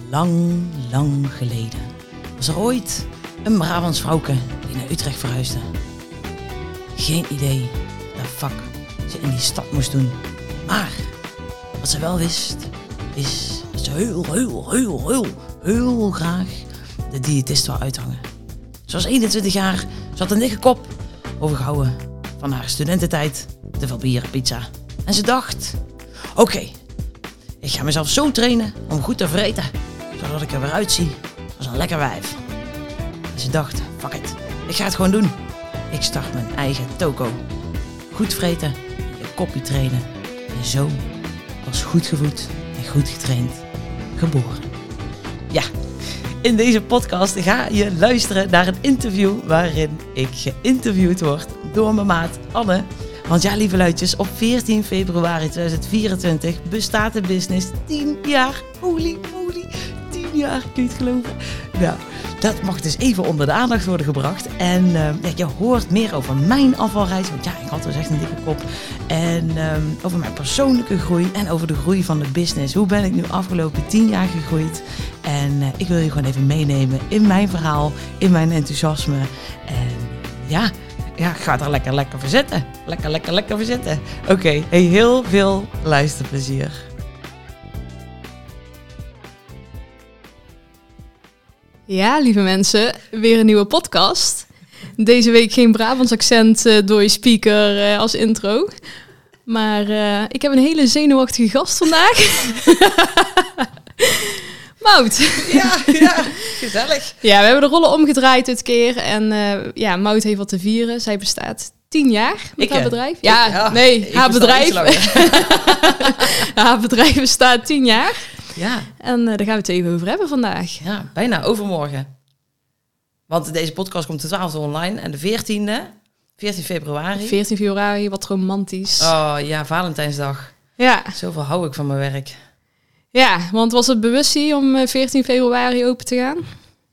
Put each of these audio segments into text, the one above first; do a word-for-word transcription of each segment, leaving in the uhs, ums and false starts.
lang, lang geleden was er ooit een Brabants vrouwke die naar Utrecht verhuisde. Geen idee wat fuck ze in die stad moest doen. Maar wat ze wel wist, is dat ze heel, heel, heel, heel, heel graag de diëtist wou uithangen. Ze was eenentwintig jaar, ze had een dikke kop, overgehouden van haar studententijd, te veel bier en pizza. En ze dacht, oké, okay, ik ga mezelf zo trainen om goed te vreten, zodat ik er weer uitzie als een lekker wijf. En ze dacht, fuck it, ik ga het gewoon doen. Ik start mijn eigen toko. Goed vreten, je koppie trainen. En zo was goed gevoed en goed getraind geboren. Ja, in deze podcast ga je luisteren naar een interview waarin ik geïnterviewd word door mijn maat Anne. Want ja, lieve luidjes, op veertien februari tweeduizend vierentwintig bestaat de business tien jaar. Holy moly, tien jaar, kun je het geloven? Nou, dat mag dus even onder de aandacht worden gebracht. En uh, ja, je hoort meer over mijn afvalreis, want ja, ik had dus echt een dikke kop. En um, over mijn persoonlijke groei en over de groei van de business. Hoe ben ik nu afgelopen tien jaar gegroeid? En uh, ik wil je gewoon even meenemen in mijn verhaal, in mijn enthousiasme. En ja... Ja, ga er lekker lekker voor zitten. Lekker, lekker, lekker voor zitten. Oké, okay, hey, heel veel luisterplezier. Ja, lieve mensen, weer een nieuwe podcast. Deze week geen Brabants accent uh, door je speaker uh, als intro. Maar uh, ik heb een hele zenuwachtige gast vandaag. Mout. Ja, ja, gezellig. Ja, we hebben de rollen omgedraaid dit keer. En uh, ja, Mout heeft wat te vieren. Zij bestaat tien jaar met ik, haar bedrijf. Ik, ja, ja, nee, haar bedrijf. Haar bedrijf bestaat tien jaar. Ja. En uh, daar gaan we het even over hebben vandaag. Ja, bijna overmorgen. Want deze podcast komt de twaalfde online en de veertiende, veertien februari. veertien februari, wat romantisch. Oh ja, Valentijnsdag. Ja. Zoveel hou ik van mijn werk. Ja, want was het bewust om veertien februari open te gaan?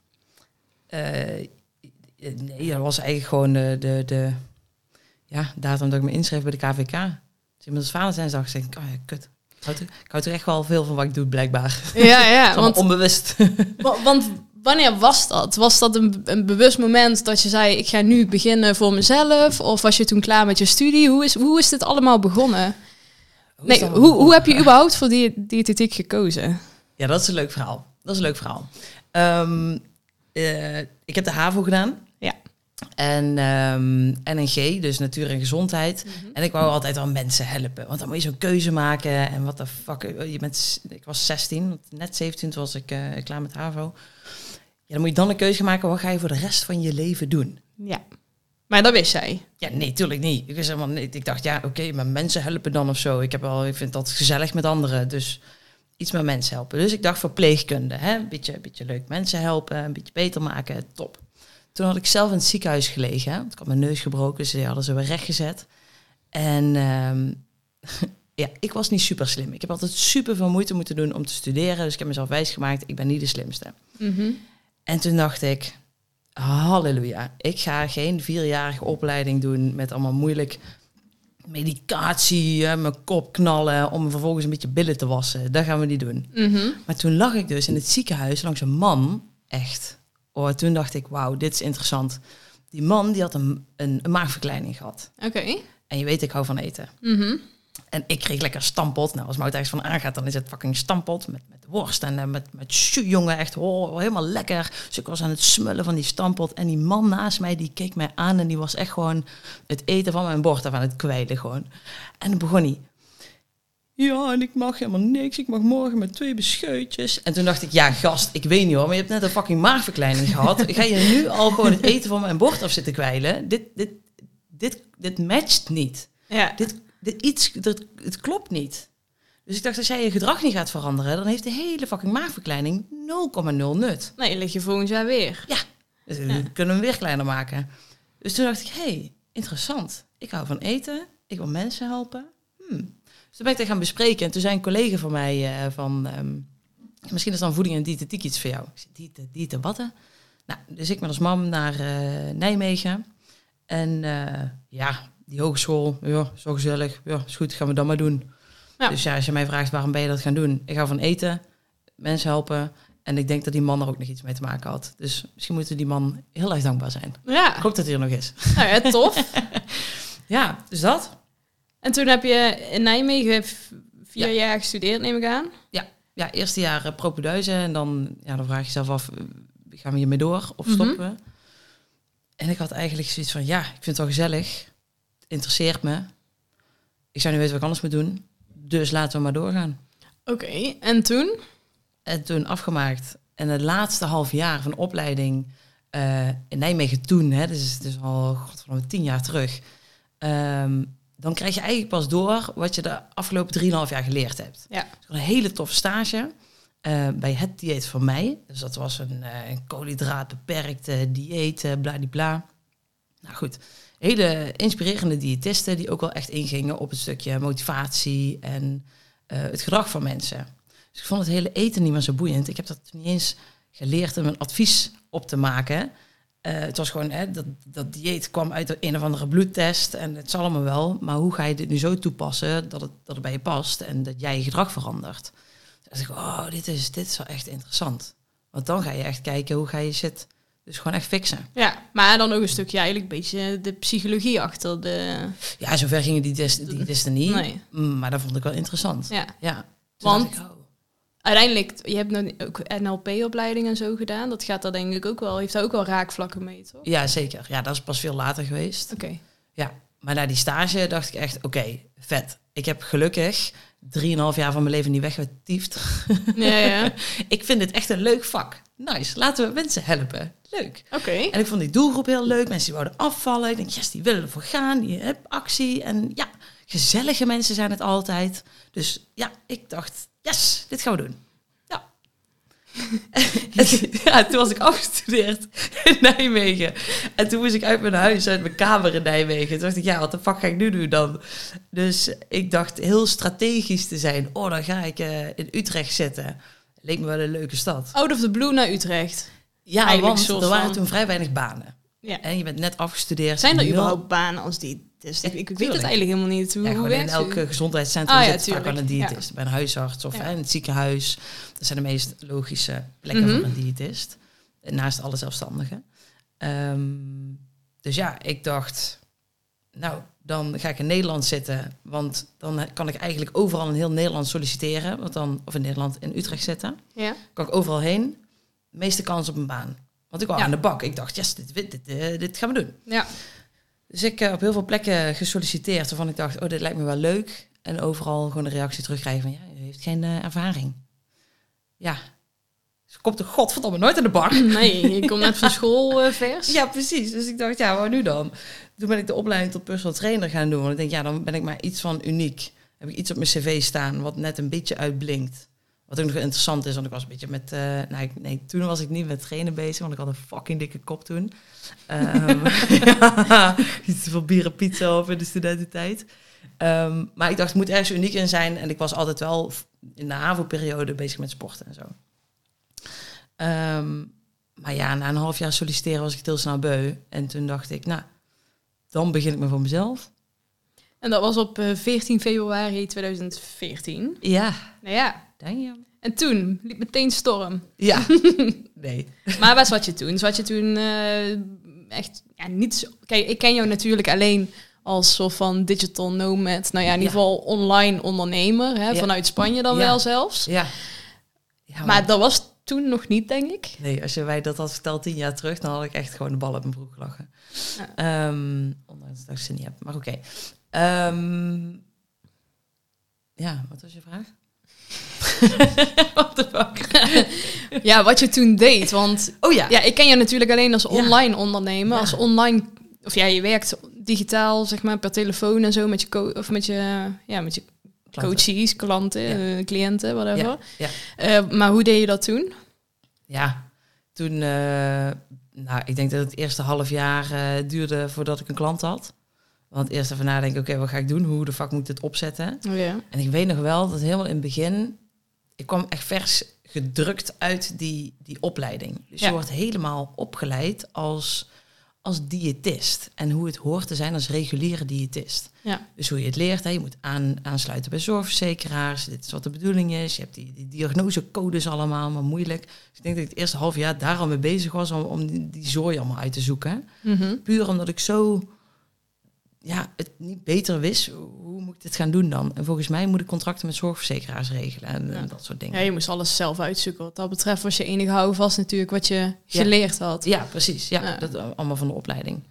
Uh, nee, dat was eigenlijk gewoon de, de, de ja, datum dat ik me inschreef bij de K V K. Dus met het Valentijnsdag zeg ik, oh ja, kut. Ik hou, ik hou er echt wel veel van wat ik doe, blijkbaar. Ja, ja. want, onbewust. Want wanneer was dat? Was dat een, een bewust moment dat je zei, ik ga nu beginnen voor mezelf? Of was je toen klaar met je studie? Hoe is, hoe is dit allemaal begonnen? Hoe nee, hoe, hoe heb je überhaupt voor die diëtetiek gekozen? Ja, dat is een leuk verhaal. Dat is een leuk verhaal. Um, uh, ik heb de HAVO gedaan. Ja. En um, N N G, dus natuur en gezondheid. Mm-hmm. En ik wou altijd wel mensen helpen. Want dan moet je zo'n keuze maken. En wat de fuck. Je bent, ik was zestien, net zeventien toen was ik uh, klaar met HAVO. Ja, dan moet je dan een keuze maken. Wat ga je voor de rest van je leven doen? Ja. Maar dat wist jij? Ja, nee, tuurlijk niet. Ik wist helemaal niet. Ik dacht, ja, oké, okay, maar mensen helpen dan of zo. Ik heb wel, ik vind dat gezellig met anderen. Dus iets met mensen helpen. Dus ik dacht verpleegkunde, hè, een beetje, een beetje leuk mensen helpen, een beetje beter maken, top. Toen had ik zelf in het ziekenhuis gelegen. Hè? Ik had mijn neus gebroken, dus die hadden ze weer rechtgezet. En um, ja, ik was niet super slim. Ik heb altijd super veel moeite moeten doen om te studeren. Dus ik heb mezelf wijsgemaakt, ik ben niet de slimste. Mm-hmm. En toen dacht ik, halleluja, ik ga geen vierjarige opleiding doen met allemaal moeilijk medicatie, hè, mijn kop knallen om vervolgens een beetje billen te wassen. Dat gaan we niet doen. Mm-hmm. Maar toen lag ik dus in het ziekenhuis langs een man, echt. Oh, toen dacht ik, wauw, dit is interessant. Die man die had een, een, een maagverkleining gehad. Oké. Okay. En je weet, ik hou van eten. Mm-hmm. En ik kreeg lekker stampot. Nou, als Mout ergens van aangaat, dan is het fucking stampot met, met worst en uh, met, met jus, jongen. Echt oh, helemaal lekker. Dus ik was aan het smullen van die stampot. En die man naast mij, die keek mij aan en die was echt gewoon het eten van mijn bord af aan het kwijlen gewoon. En dan begon hij. Ja, en ik mag helemaal niks. Ik mag morgen met twee beschuitjes. En toen dacht ik, ja gast, ik weet niet hoor, maar je hebt net een fucking maagverkleining gehad. Ga je nu al gewoon het eten van mijn bord af zitten kwijlen? Dit, dit, dit, dit matcht niet. Ja. Dit, dit iets, dit, het klopt niet. Dus ik dacht, als jij je gedrag niet gaat veranderen, dan heeft de hele fucking maagverkleining nul komma nul nut. Nee, lig je volgend jaar weer. Ja, dus ja. We kunnen hem weer kleiner maken. Dus toen dacht ik, hé, hey, interessant. Ik hou van eten, ik wil mensen helpen. Hmm. Dus toen ben ik dat gaan bespreken. En toen zei een collega van mij uh, van... Um, misschien is dan voeding en diëtetiek iets voor jou. Ik zei, diëte, diëte, wat? Nou, dus ik met als mam naar uh, Nijmegen. En uh, ja, die hogeschool, ja, zo gezellig. Ja, is goed, gaan we dat maar doen. Ja. Dus ja, als je mij vraagt, waarom ben je dat gaan doen? Ik hou van eten, mensen helpen. En ik denk dat die man er ook nog iets mee te maken had. Dus misschien moeten die man heel erg dankbaar zijn. Ja. Ik hoop dat hij er nog is. Nou ja, tof. Ja, dus dat. En toen heb je in Nijmegen vier ja. jaar gestudeerd, neem ik aan. Ja, ja eerste jaar uh, propeduizen. En dan, ja, dan vraag je jezelf af, uh, gaan we hiermee door of stoppen we? Mm-hmm. En ik had eigenlijk zoiets van, ja, ik vind het wel gezellig. Het interesseert me. Ik zou nu weten wat ik anders moet doen. Dus laten we maar doorgaan. Oké, okay, en toen? En toen afgemaakt. En het laatste half jaar van opleiding uh, in Nijmegen toen, hè, dus het is al god, van tien jaar terug. Um, dan krijg je eigenlijk pas door wat je de afgelopen drieënhalf jaar geleerd hebt. Ja. Dus een hele toffe stage uh, bij het dieet van mij. Dus dat was een, uh, een koolhydraatbeperkte dieet, uh, bladibla. Nou goed, hele inspirerende diëtisten die ook wel echt ingingen op het stukje motivatie en uh, het gedrag van mensen. Dus ik vond het hele eten niet meer zo boeiend. Ik heb dat niet eens geleerd om een advies op te maken. Uh, het was gewoon, hè, dat, dat dieet kwam uit een of andere bloedtest en het zal allemaal wel. Maar hoe ga je dit nu zo toepassen dat het, dat het bij je past en dat jij je gedrag verandert? Dus ik dacht, oh, dit is, dit is wel echt interessant. Want dan ga je echt kijken, hoe ga je shit dus gewoon echt fixen. Ja, maar dan ook een stukje eigenlijk een beetje de psychologie achter de... Ja, zover gingen die testen, die testen niet. Nee. Maar dat vond ik wel interessant. Ja, ja. Want... Ik, oh. Uiteindelijk, je hebt nu ook N L P-opleiding en zo gedaan. Dat gaat daar denk ik ook wel, heeft daar ook wel raakvlakken mee, toch? Ja, zeker. Ja, dat is pas veel later geweest. Oké. Okay. Ja, maar na die stage dacht ik echt, oké, okay, vet. Ik heb gelukkig drieënhalf jaar van mijn leven niet weggetiefd. Ja, ja. Ik vind het echt een leuk vak. Nice, laten we mensen helpen. Leuk. Oké. Okay. En ik vond die doelgroep heel leuk. Mensen die wouden afvallen. Ik denk, yes, die willen ervoor gaan. Die hebben actie. En ja, gezellige mensen zijn het altijd. Dus ja, ik dacht, yes, dit gaan we doen. Ja. Ja, toen was ik afgestudeerd in Nijmegen. En toen moest ik uit mijn huis, uit mijn kamer in Nijmegen. Toen dacht ik, ja, wat de fuck ga ik nu doen dan? Dus ik dacht heel strategisch te zijn. Oh, dan ga ik uh, in Utrecht zitten. Leek me wel een leuke stad. Out of the blue naar Utrecht. Ja, eigenlijk want er waren van... toen vrij weinig banen. Ja. En je bent net afgestudeerd. Zijn er überhaupt banen als die? Dus ik, ik weet het eigenlijk helemaal niet. Hoe, ja, hoe in elk u? gezondheidscentrum ah, ja, zit vaak wel een diëtist. Ja. Bij een huisarts of ja. hè, in het ziekenhuis. Dat zijn de meest logische plekken mm-hmm. voor een diëtist. Naast alle zelfstandigen. Um, dus ja, ik dacht... Nou, dan ga ik in Nederland zitten. Want dan kan ik eigenlijk overal in heel Nederland solliciteren. Want dan, of in Nederland, in Utrecht zitten. Ja. Kan ik overal heen. De meeste kans op een baan. Want ik wou ja. aan de bak. Ik dacht, yes, dit, dit, dit, uh, dit gaan we doen. Ja. Dus ik heb uh, op heel veel plekken gesolliciteerd. Waarvan ik dacht, oh, dit lijkt me wel leuk. En overal gewoon een reactie terugkrijgen van, ja, u heeft geen uh, ervaring. Ja. Dus komt er godverdomme nooit aan de bak. Nee, je komt net van school uh, vers. Ja, precies. Dus ik dacht, ja, wat nu dan? Toen ben ik de opleiding tot personal trainer gaan doen. Want ik denk, ja, dan ben ik maar iets van uniek. Heb ik iets op mijn cv staan wat net een beetje uitblinkt. Wat ook nog interessant is, want ik was een beetje met... Uh, nou, ik, nee, toen was ik niet met trainen bezig, want ik had een fucking dikke kop toen. Um, ja, iets te veel bier en pizza op in de studententijd. Um, maar ik dacht, het moet ergens uniek in zijn. En ik was altijd wel in de HAVO-periode bezig met sporten en zo. Um, maar ja, na een half jaar solliciteren was ik het heel snel beu. En toen dacht ik, nou, dan begin ik maar voor mezelf. En dat was op uh, veertien februari tweeduizend veertien. Ja. Nou ja. Damn. En toen liep meteen storm. Ja. Nee. Maar waar zat je toen? Zat je toen uh, echt ja, niet zo... Kijk, ik ken jou natuurlijk alleen als soort van digital nomad. Nou ja, in ieder geval ja. online ondernemer. Hè, ja. Vanuit Spanje dan ja. wel zelfs. Ja. Ja, maar... maar dat was toen nog niet, denk ik. Nee, als je mij dat had verteld tien jaar terug, dan had ik echt gewoon de bal op mijn broek gelachen. Ja. Um, ondanks dat ik ze niet heb. Maar oké. Okay. Um, ja, wat was je vraag? What the fuck? Ja, wat je toen deed. Want oh ja. ja, ik ken je natuurlijk alleen als online ja. ondernemer. Ja. Als online, of ja, je werkt digitaal, zeg maar, per telefoon en zo met je co- of met je, ja, met je klanten. Coaches, klanten, ja. uh, cliënten, whatever. Ja. Ja. Uh, maar hoe deed je dat toen? Ja, toen, uh, nou, ik denk dat het eerste half jaar uh, duurde voordat ik een klant had. Want eerst even nadenken, oké, okay, wat ga ik doen? Hoe de fuck moet ik dit opzetten? Oh ja. En ik weet nog wel dat helemaal in het begin... Ik kwam echt vers gedrukt uit die, die opleiding. Dus ja. je wordt helemaal opgeleid als, als diëtist. En hoe het hoort te zijn als reguliere diëtist. Ja. Dus hoe je het leert, hè, je moet aan, aansluiten bij zorgverzekeraars. Dit is wat de bedoeling is. Je hebt die, die diagnosecodes allemaal, maar moeilijk. Dus ik denk dat ik het eerste half jaar daar al mee bezig was om, om die, die zooi allemaal uit te zoeken. Mm-hmm. Puur omdat ik zo ja, het niet beter wist. Hoe moet ik dit gaan doen dan? En volgens mij moet ik contracten met zorgverzekeraars regelen en, Ja. en dat soort dingen. Ja, je moest alles zelf uitzoeken. Wat dat betreft was je enige houvast natuurlijk wat je geleerd had. Ja, precies. Ja, Ja. dat allemaal van de opleiding.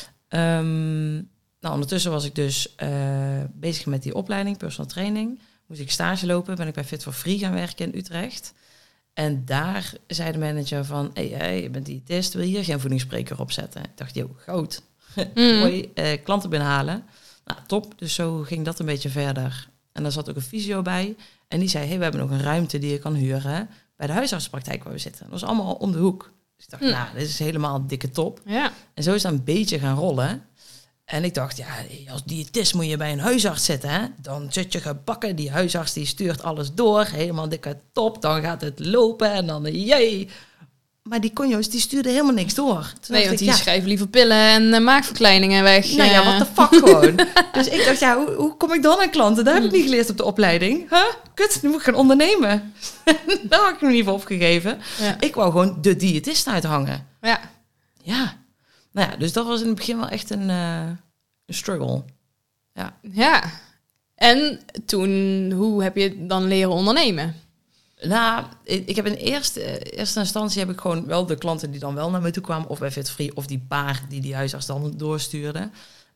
Um, nou, ondertussen was ik dus uh, bezig met die opleiding, personal training. Moest ik stage lopen, ben ik bij Fit for Free gaan werken in Utrecht. En daar zei de manager van, hé, hey, hey, je bent diëtist, wil je hier geen voedingsspreker op zetten? Ik dacht, joh, goud. Mm. Mooi, uh, klanten binnenhalen. Nou, top. Dus zo ging dat een beetje verder. En daar zat ook een fysio bij. En die zei, hey, we hebben nog een ruimte die je kan huren bij de huisartsenpraktijk waar we zitten. Dat was allemaal om de hoek. Dus ik dacht, Mm. nou, dit is helemaal een dikke top. Ja. En zo is dat een beetje gaan rollen. En ik dacht, ja, als diëtist moet je bij een huisarts zitten, hè? Dan zit je gebakken. Die huisarts die stuurt alles door. Helemaal dikke top. Dan gaat het lopen en dan, jee. Maar die conjo's, die stuurden helemaal niks door. Toen Nee, dacht want ik, die ja, schrijven liever pillen en uh, maagverkleiningen weg. nou ja, uh. what the fuck gewoon. Dus ik dacht, ja, hoe, hoe kom ik dan aan klanten? Dat heb ik niet geleerd op de opleiding. Huh? Kut, nu moet ik gaan ondernemen. Daar had ik nog niet voor opgegeven. Ja. Ik wou gewoon de diëtist uithangen. Ja. Ja. Nou ja, dus dat was in het begin wel echt een, uh, een struggle. Ja. Ja. En toen, hoe heb je dan leren ondernemen? Nou, ik, ik heb in eerste, eerste instantie heb ik gewoon wel de klanten die dan wel naar me toe kwamen, of bij Fit Free, of die paar die die huisarts dan doorstuurde.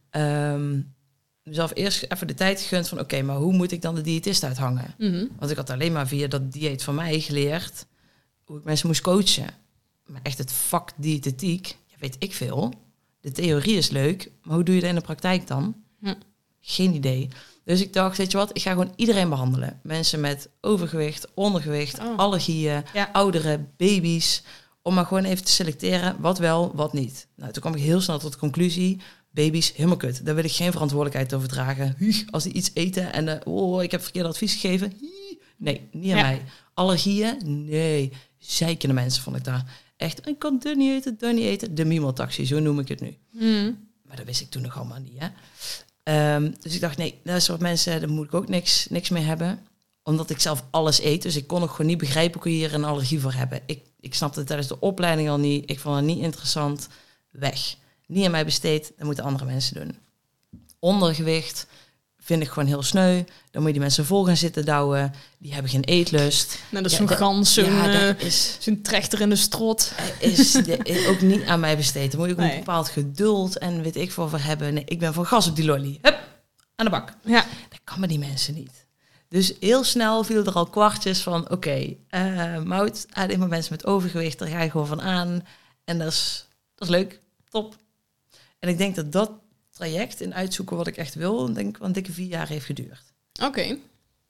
Um, mezelf eerst even de tijd gegund van, oké, okay, maar hoe moet ik dan de diëtist uithangen? Mm-hmm. Want ik had alleen maar via dat dieet van mij geleerd hoe ik mensen moest coachen. Maar echt het vak diëtetiek, ja, weet ik veel. De theorie is leuk, maar hoe doe je dat in de praktijk dan? Hm. Geen idee. Dus ik dacht, weet je wat, ik ga gewoon iedereen behandelen. Mensen met overgewicht, ondergewicht, Oh. allergieën, Ja. ouderen, baby's. Om maar gewoon even te selecteren wat wel, wat niet. Nou, toen kwam ik heel snel tot de conclusie, baby's, helemaal kut. Daar wil ik geen verantwoordelijkheid over dragen. Huch, als die iets eten en uh, oh, ik heb verkeerd advies gegeven. Hie. Nee, niet aan Ja. mij. Allergieën? Nee. Zeikende mensen vond ik daar. Echt, ik kan dit niet eten, dat niet eten. De mimotaxi, zo noem ik het nu. Mm. Maar dat wist ik toen nog allemaal niet, hè. Um, dus ik dacht, nee, dat soort mensen, daar moet ik ook niks, niks mee hebben. Omdat ik zelf alles eet. Dus ik kon nog gewoon niet begrijpen hoe je hier een allergie voor hebben. Ik, ik snapte het tijdens de opleiding al niet. Ik vond het niet interessant. Weg. Niet aan mij besteed, dat moeten andere mensen doen. Ondergewicht vind ik gewoon heel sneu. Dan moet je die mensen vol gaan zitten douwen. Die hebben geen eetlust. Nou, dat is Ja, zo'n dat- gans, zo'n ja, uh, dat is... zo'n trechter in de strot. is, is ook niet aan mij besteed. Dan moet je ook Nee. een bepaald geduld en weet ik veel voor hebben. Nee, ik ben voor gas op die lolly. Hup, aan de bak. Ja. Dat kan met die mensen niet. Dus heel snel viel er al kwartjes van, oké, okay, uh, Mout, alleen maar mensen met overgewicht, daar ga je gewoon van aan. En dat is, dat is leuk, top. En ik denk dat dat traject in uitzoeken wat ik echt wil, denk ik wel een dikke vier jaar heeft geduurd. Oké.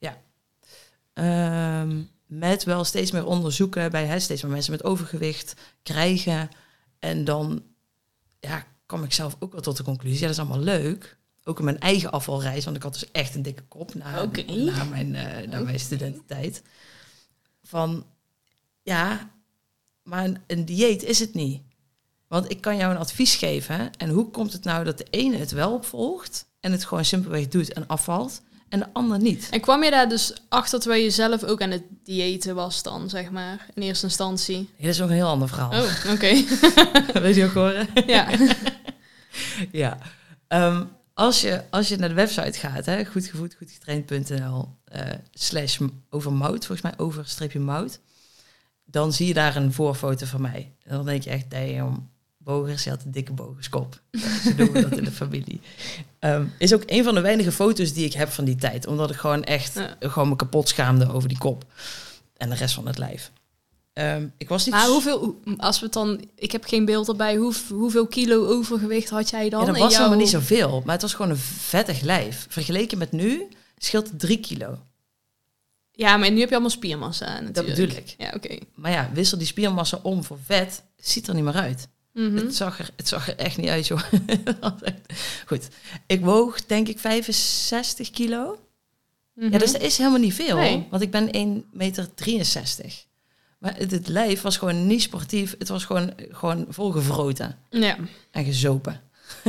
Um, met wel steeds meer onderzoeken bij hè, steeds meer mensen met overgewicht krijgen. En dan ja, kwam ik zelf ook wel tot de conclusie, ja, dat is allemaal leuk. Ook in mijn eigen afvalreis, want ik had dus echt een dikke kop na, Oké. na, mijn, uh, na mijn studententijd. Van, ja, maar een, een dieet is het niet. Want ik kan jou een advies geven. En hoe komt het nou dat de ene het wel opvolgt en het gewoon simpelweg doet en afvalt en de ander niet? En kwam je daar dus achter terwijl je zelf ook aan het diëten was dan, zeg maar, in eerste instantie? Ja, dat is nog een heel ander verhaal. Oh, oké. Weet je ook horen? Ja. Ja. Um, als, je, als je naar de website gaat, hè, goedgevoed, goedgetraind punt n l uh, slash over mout, volgens mij over streepje mout, dan zie je daar een voorfoto van mij. En dan denk je echt, damn, Bogers, je had een dikke bogerskop. Zo doen we dat in de familie. Um, is ook een van de weinige foto's die ik heb van die tijd. Omdat ik gewoon echt Ja. gewoon me kapot schaamde over die kop. En de rest van het lijf. Um, ik was niet... Maar hoeveel, als we het dan, ik heb geen beeld erbij, hoe, hoeveel kilo overgewicht had jij dan? Ja, dat in was jouw- helemaal niet zoveel. Maar het was gewoon een vettig lijf. Vergeleken met nu scheelt het drie kilo. Ja, maar nu heb je allemaal spiermassa natuurlijk. Dat bedoel ik. Ja, oké. Maar ja, wissel die spiermassa om voor vet, ziet er niet meer uit. Mhm. Het, zag er, het zag er echt niet uit, joh. Goed, ik woog denk ik vijfenzestig kilo. Mhm. Ja, dus dat is helemaal niet veel. Nee. Want ik ben één meter drieënzestig. Maar het, het lijf was gewoon niet sportief. Het was gewoon, gewoon volgevroten. Ja. En gezopen.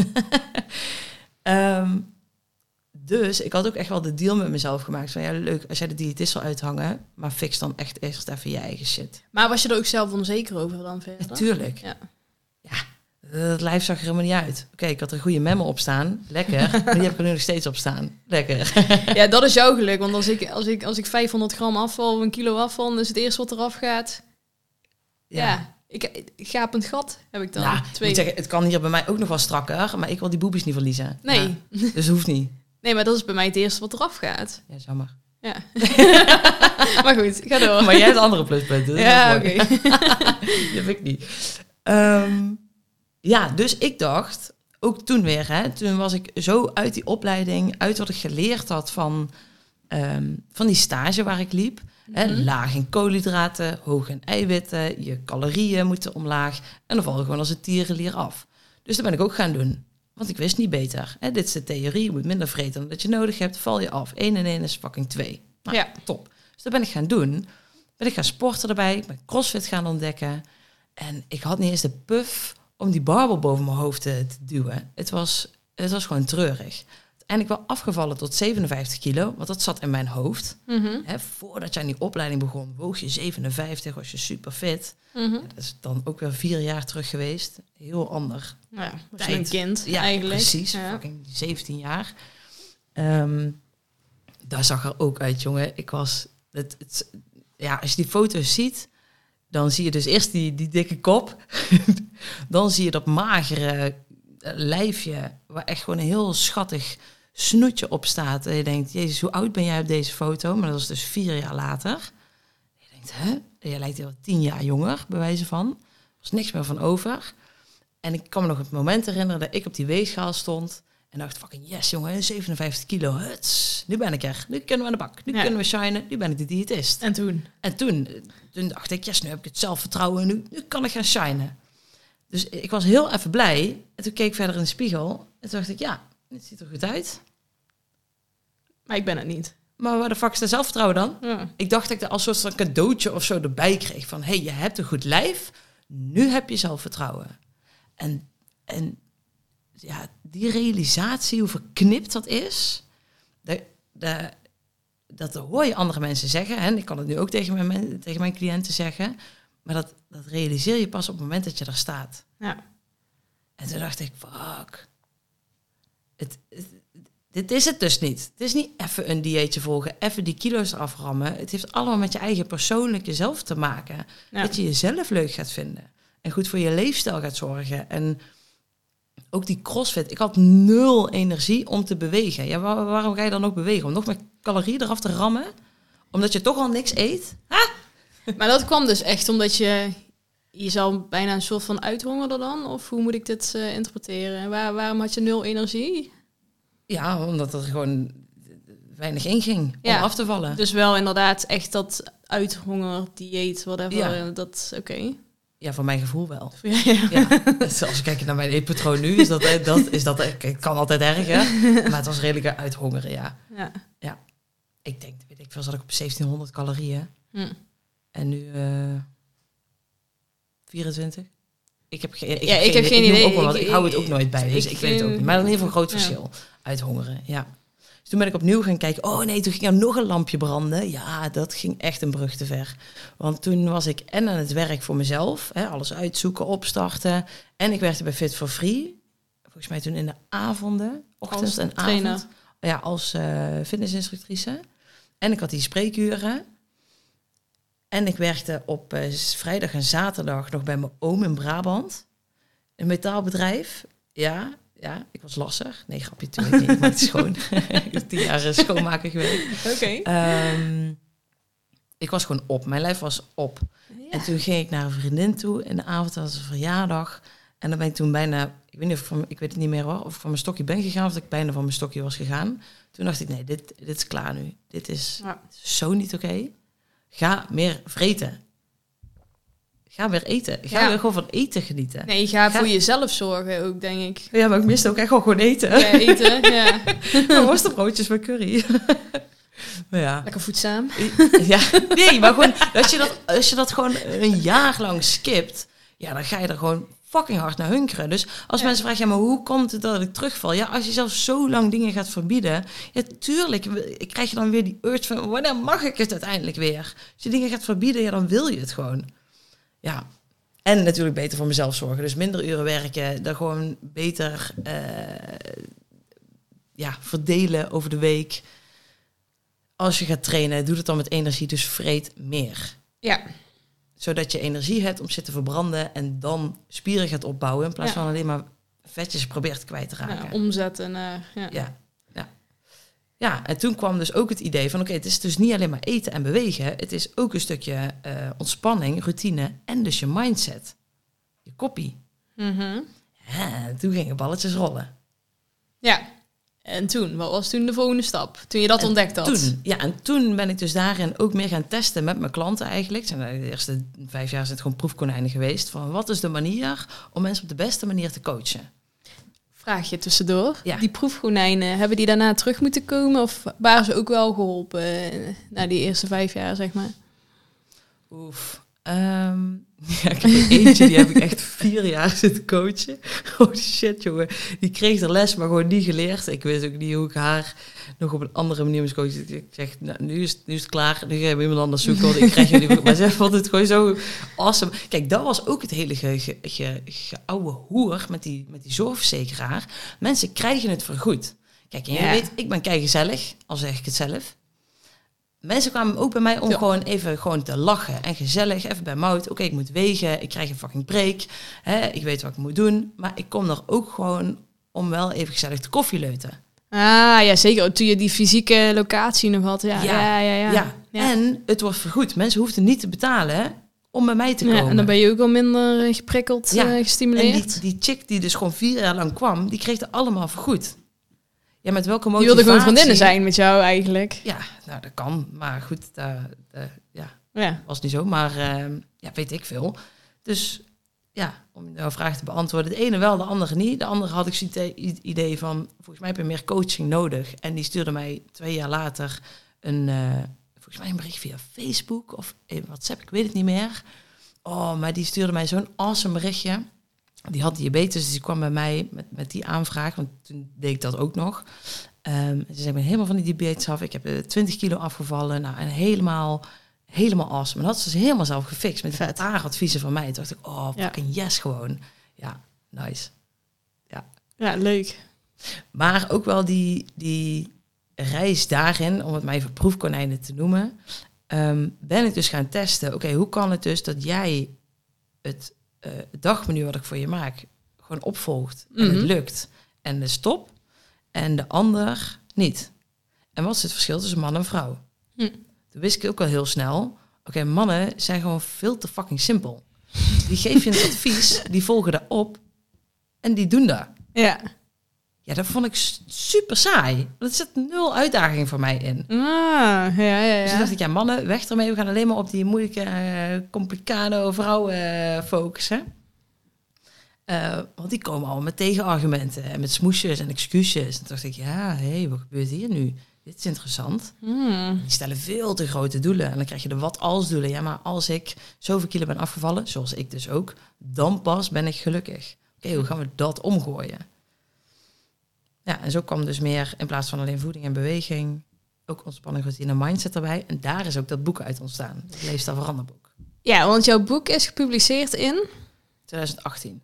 um, dus ik had ook echt wel de deal met mezelf gemaakt. Van ja, leuk als jij de diëtist wil uithangen. Maar fix dan echt eerst even je eigen shit. Maar was je er ook zelf onzeker over dan verder? Natuurlijk. Ja. ja, het lijf zag er helemaal niet uit. Oké, okay, ik had er een goede memo op staan. Lekker. Maar die heb ik er nu nog steeds op staan. Lekker. Ja, dat is jouw geluk. Want als ik, als ik, als ik vijfhonderd gram afval of een kilo afval... dan is het eerste wat eraf gaat... Ja, ja ik, ik, gapend gat heb ik dan. Nou, twee. Ik moet zeggen, het kan hier bij mij ook nog wel strakker. Maar ik wil die boobies niet verliezen. Nee. Ja, dus hoeft niet. Nee, maar dat is bij mij het eerste wat eraf gaat. Ja, jammer. Ja. Maar goed, ga door. Maar jij hebt andere pluspunten. Ja, oké. Okay. Die heb ik niet. Um, ja, dus ik dacht, ook toen weer, hè, toen was ik zo uit die opleiding, uit wat ik geleerd had van, um, van die stage waar ik liep. Mm-hmm. Hè, laag in koolhydraten, hoog in eiwitten, je calorieën moeten omlaag. En dan val je gewoon als een tierenlier af. Dus dat ben ik ook gaan doen. Want ik wist niet beter. Hè, dit is de theorie, je moet minder vreten dan dat je nodig hebt. Val je af. één en één is fucking twee. Nou, ja. Top. Dus dat ben ik gaan doen. Ben ik gaan sporten erbij. Ik ben CrossFit gaan ontdekken. En ik had niet eens de puff om die barbel boven mijn hoofd te, te duwen. Het was, het was gewoon treurig. Uiteindelijk wel afgevallen tot zevenenvijftig kilo. Want dat zat in mijn hoofd. Mm-hmm. Hè, voordat je aan die opleiding begon, woog je zevenenvijftig. Was je super fit. Mm-hmm. Ja, dat is dan ook weer vier jaar terug geweest. Heel ander. Ja, was je een kind ja, eigenlijk. Precies, ja. Fucking zeventien jaar. Um, daar zag er ook uit, jongen. Ik was... Het, het, ja, als je die foto's ziet, dan zie je dus eerst die, die dikke kop. Dan zie je dat magere lijfje, waar echt gewoon een heel schattig snoetje op staat. En je denkt, jezus, hoe oud ben jij op deze foto? Maar dat was dus vier jaar later. Je denkt, hè? Je lijkt heel tien jaar jonger, bij wijze van. Er was niks meer van over. En ik kan me nog het moment herinneren dat ik op die weegschaal stond en dacht, fucking yes, jongen, zevenenvijftig kilo, huts. Nu ben ik er. Nu kunnen we aan de bak. Nu ja. kunnen we shinen. Nu ben ik de diëtist. En toen? En toen, toen dacht ik, yes, nu heb ik het zelfvertrouwen. Nu, nu kan ik gaan shinen. Dus ik was heel even blij. En toen keek ik verder in de spiegel. En toen dacht ik, ja, het ziet er goed uit. Maar ik ben het niet. Maar waar de fuck is dat zelfvertrouwen dan? Ja. Ik dacht dat ik er als soort van cadeautje of zo erbij kreeg. Van, hé, hey, je hebt een goed lijf. Nu heb je zelfvertrouwen. En, en ja, die realisatie, hoe verknipt dat is, dat, dat, dat hoor je andere mensen zeggen. En ik kan het nu ook tegen mijn, tegen mijn cliënten zeggen. Maar dat, dat realiseer je pas op het moment dat je er staat. Ja. En toen dacht ik, fuck. Het, het, dit is het dus niet. Het is niet even een dieetje volgen, even die kilo's eraf rammen. Het heeft allemaal met je eigen persoonlijke zelf te maken. Ja. Dat je jezelf leuk gaat vinden. En goed voor je leefstijl gaat zorgen. En ook die CrossFit. Ik had nul energie om te bewegen. Ja, waar, waarom ga je dan ook bewegen? Om nog meer calorieën eraf te rammen? Omdat je toch al niks eet? Ha! Maar dat kwam dus echt omdat je jezelf bijna een soort van uithongerde dan? Of hoe moet ik dit uh, interpreteren? Waar, waarom had je nul energie? Ja, omdat er gewoon weinig in ging om ja, af te vallen. Dus wel inderdaad echt dat uithonger, dieet, whatever. Ja. Dat, oké. Okay. Ja, voor mijn gevoel wel. Ja, ja. Ja, dus als ik kijk naar mijn eetpatroon nu, is dat, dat, is dat, het kan altijd erger. Maar het was redelijk uithongeren, ja. Ja. Ja. Ik denk, weet ik veel, zat ik op zeventienhonderd calorieën. Hm. En nu uh, vierentwintig. Ik heb, ge- ik ja, heb ik geen, heb geen ik idee. Ook wel wat, ik, ik hou het ook nooit bij, dus ik, ik weet het ook niet. Maar in ieder geval een groot verschil. Ja. Uithongeren, ja. Dus toen ben ik opnieuw gaan kijken. Oh nee, toen ging er nog een lampje branden. Ja, dat ging echt een brug te ver. Want toen was ik en aan het werk voor mezelf. Hè, alles uitzoeken, opstarten. En ik werkte bij Fit for Free. Volgens mij toen in de avonden. Ochtend als en trainer. Avond. Ja, als uh, fitnessinstructrice. En ik had die spreekuren. En ik werkte op uh, vrijdag en zaterdag nog bij mijn oom in Brabant. Een metaalbedrijf. Ja, ja, ik was lasser. Nee, grapje, natuurlijk niet. Ik maakte schoon. Ik heb tien jaar schoonmaker geweest. Oké. Okay. Um, ik was gewoon op. Mijn lijf was op. Ja. En toen ging ik naar een vriendin toe. In de avond was een verjaardag. En dan ben ik toen bijna... Ik weet, niet of ik, van, ik weet het niet meer hoor. Of ik van mijn stokje ben gegaan. Of dat ik bijna van mijn stokje was gegaan. Toen dacht ik, nee, dit, dit is klaar nu. Dit is ja. zo niet oké. Okay. Ga meer vreten. Ga weer eten. Ga ja. weer gewoon van eten genieten. Nee, ga, ga voor jezelf zorgen ook, denk ik. Ja, maar ik miste ook echt wel gewoon eten. Ja, eten, ja. Worstenbroodjes met curry. Maar ja. Lekker voedzaam. Ja, nee, maar gewoon, als je dat, als je dat gewoon een jaar lang skipt, ja, dan ga je er gewoon fucking hard naar hunkeren. Dus als ja. mensen vragen, ja, maar hoe komt het dat ik terugval? Ja, als je zelf zo lang dingen gaat verbieden, ja, tuurlijk, ik krijg je dan weer die urge van, wanneer mag ik het uiteindelijk weer? Als je dingen gaat verbieden, ja, dan wil je het gewoon. Ja, en natuurlijk beter voor mezelf zorgen. Dus minder uren werken, dan gewoon beter uh, ja, verdelen over de week. Als je gaat trainen, doe het dan met energie, dus vreet meer. Ja. Zodat je energie hebt om te verbranden en dan spieren gaat opbouwen in plaats ja. van alleen maar vetjes probeert kwijt te raken. Ja, omzetten naar... Ja. Ja, ja. ja, en toen kwam dus ook het idee van, oké, okay, het is dus niet alleen maar eten en bewegen. Het is ook een stukje uh, ontspanning, routine en dus je mindset. Je koppie. Mm-hmm. Ja, toen gingen balletjes rollen. Ja. En toen, wat was toen de volgende stap? Toen je dat en ontdekt had? Toen, ja, en toen ben ik dus daarin ook meer gaan testen met mijn klanten eigenlijk. De eerste vijf jaar zijn het gewoon proefkonijnen geweest. Van wat is de manier om mensen op de beste manier te coachen? Vraagje tussendoor. Ja. Die proefkonijnen, hebben die daarna terug moeten komen? Of waren ze ook wel geholpen na die eerste vijf jaar, zeg maar? Oef. Um, ja, ik heb er eentje, die heb ik echt vier jaar zitten coachen. Oh shit, jongen. Die kreeg de les, maar gewoon niet geleerd. Ik wist ook niet hoe ik haar nog op een andere manier moest coachen. Ik zeg, nou, nu is, nu is het klaar. Nu ga je iemand anders zoeken. Want ik krijg jullie. Maar ze vond het gewoon zo awesome. Kijk, dat was ook het hele ge, ge, ge, ge oude hoer met die, met die zorgverzekeraar. Mensen krijgen het vergoed. Kijk, en je yeah. weet, ik ben keigezellig, al zeg ik het zelf. Mensen kwamen ook bij mij om ja. gewoon even gewoon te lachen en gezellig, even bij mout. Oké, okay, ik moet wegen, ik krijg een fucking break, hè, ik weet wat ik moet doen. Maar ik kom er ook gewoon om wel even gezellig te koffieleuten. Ah, ja, zeker. Toen je die fysieke locatie nog had. Ja, ja, ja. ja, ja. ja. ja. En het wordt vergoed. Mensen hoefden niet te betalen om bij mij te komen. Ja, en dan ben je ook al minder geprikkeld, ja. uh, gestimuleerd. En die, die chick die dus gewoon vier jaar lang kwam, die kreeg het allemaal vergoed. Ja, met welke motivatie... Die wilde gewoon vriendinnen zijn met jou eigenlijk. Ja, nou dat kan. Maar goed, dat uh, ja, ja. was niet zo. Maar uh, ja, weet ik veel. Dus ja, om jouw vraag te beantwoorden. De ene wel, de andere niet. De andere had ik het idee van, volgens mij heb je meer coaching nodig. En die stuurde mij twee jaar later een, uh, volgens mij een bericht via Facebook of WhatsApp, ik weet het niet meer. Oh, maar die stuurde mij zo'n awesome berichtje. Die had diabetes, dus die kwam bij mij met, met die aanvraag. Want toen deed ik dat ook nog. Um, ze zei, ik ben helemaal van die diabetes af. Ik heb uh, twintig kilo afgevallen. Nou, en helemaal, helemaal awesome. En dat had ze helemaal zelf gefixt. Met vet haar adviezen van mij. Toen dacht ik, oh, fucking ja. yes gewoon. Ja, nice. Ja, ja leuk. Maar ook wel die, die reis daarin, om het maar even proefkonijnen te noemen. Um, ben ik dus gaan testen. Oké, okay, hoe kan het dus dat jij het... Uh, het dagmenu wat ik voor je maak gewoon opvolgt en mm-hmm. het lukt en de stop en de ander niet. En wat is het verschil tussen man en vrouw? Mm. Toen wist ik ook al heel snel, oké, okay, mannen zijn gewoon veel te fucking simpel. Die geef je een advies, die volgen daarop en die doen dat. Ja. Ja, dat vond ik super saai. Er zit nul uitdaging voor mij in. Ah, ja, ja, ja. Dus toen dacht ik, ja, mannen, weg ermee. We gaan alleen maar op die moeilijke, uh, complicado vrouwen uh, focussen. Uh, want die komen al met tegenargumenten en met smoesjes en excuses. En toen dacht ik, ja, hé, hey, wat gebeurt hier nu? Dit is interessant. Hmm. Die stellen veel te grote doelen. En dan krijg je de wat-als doelen. Ja, maar als ik zoveel kilo ben afgevallen, zoals ik dus ook, dan pas ben ik gelukkig. Oké, okay, hoe gaan we dat omgooien? Ja, en zo kwam dus meer, in plaats van alleen voeding en beweging, ook ontspanning, routine en mindset erbij. En daar is ook dat boek uit ontstaan. Het Leefstijl Veranderboek. Ja, want jouw boek is gepubliceerd in? twintig achttien.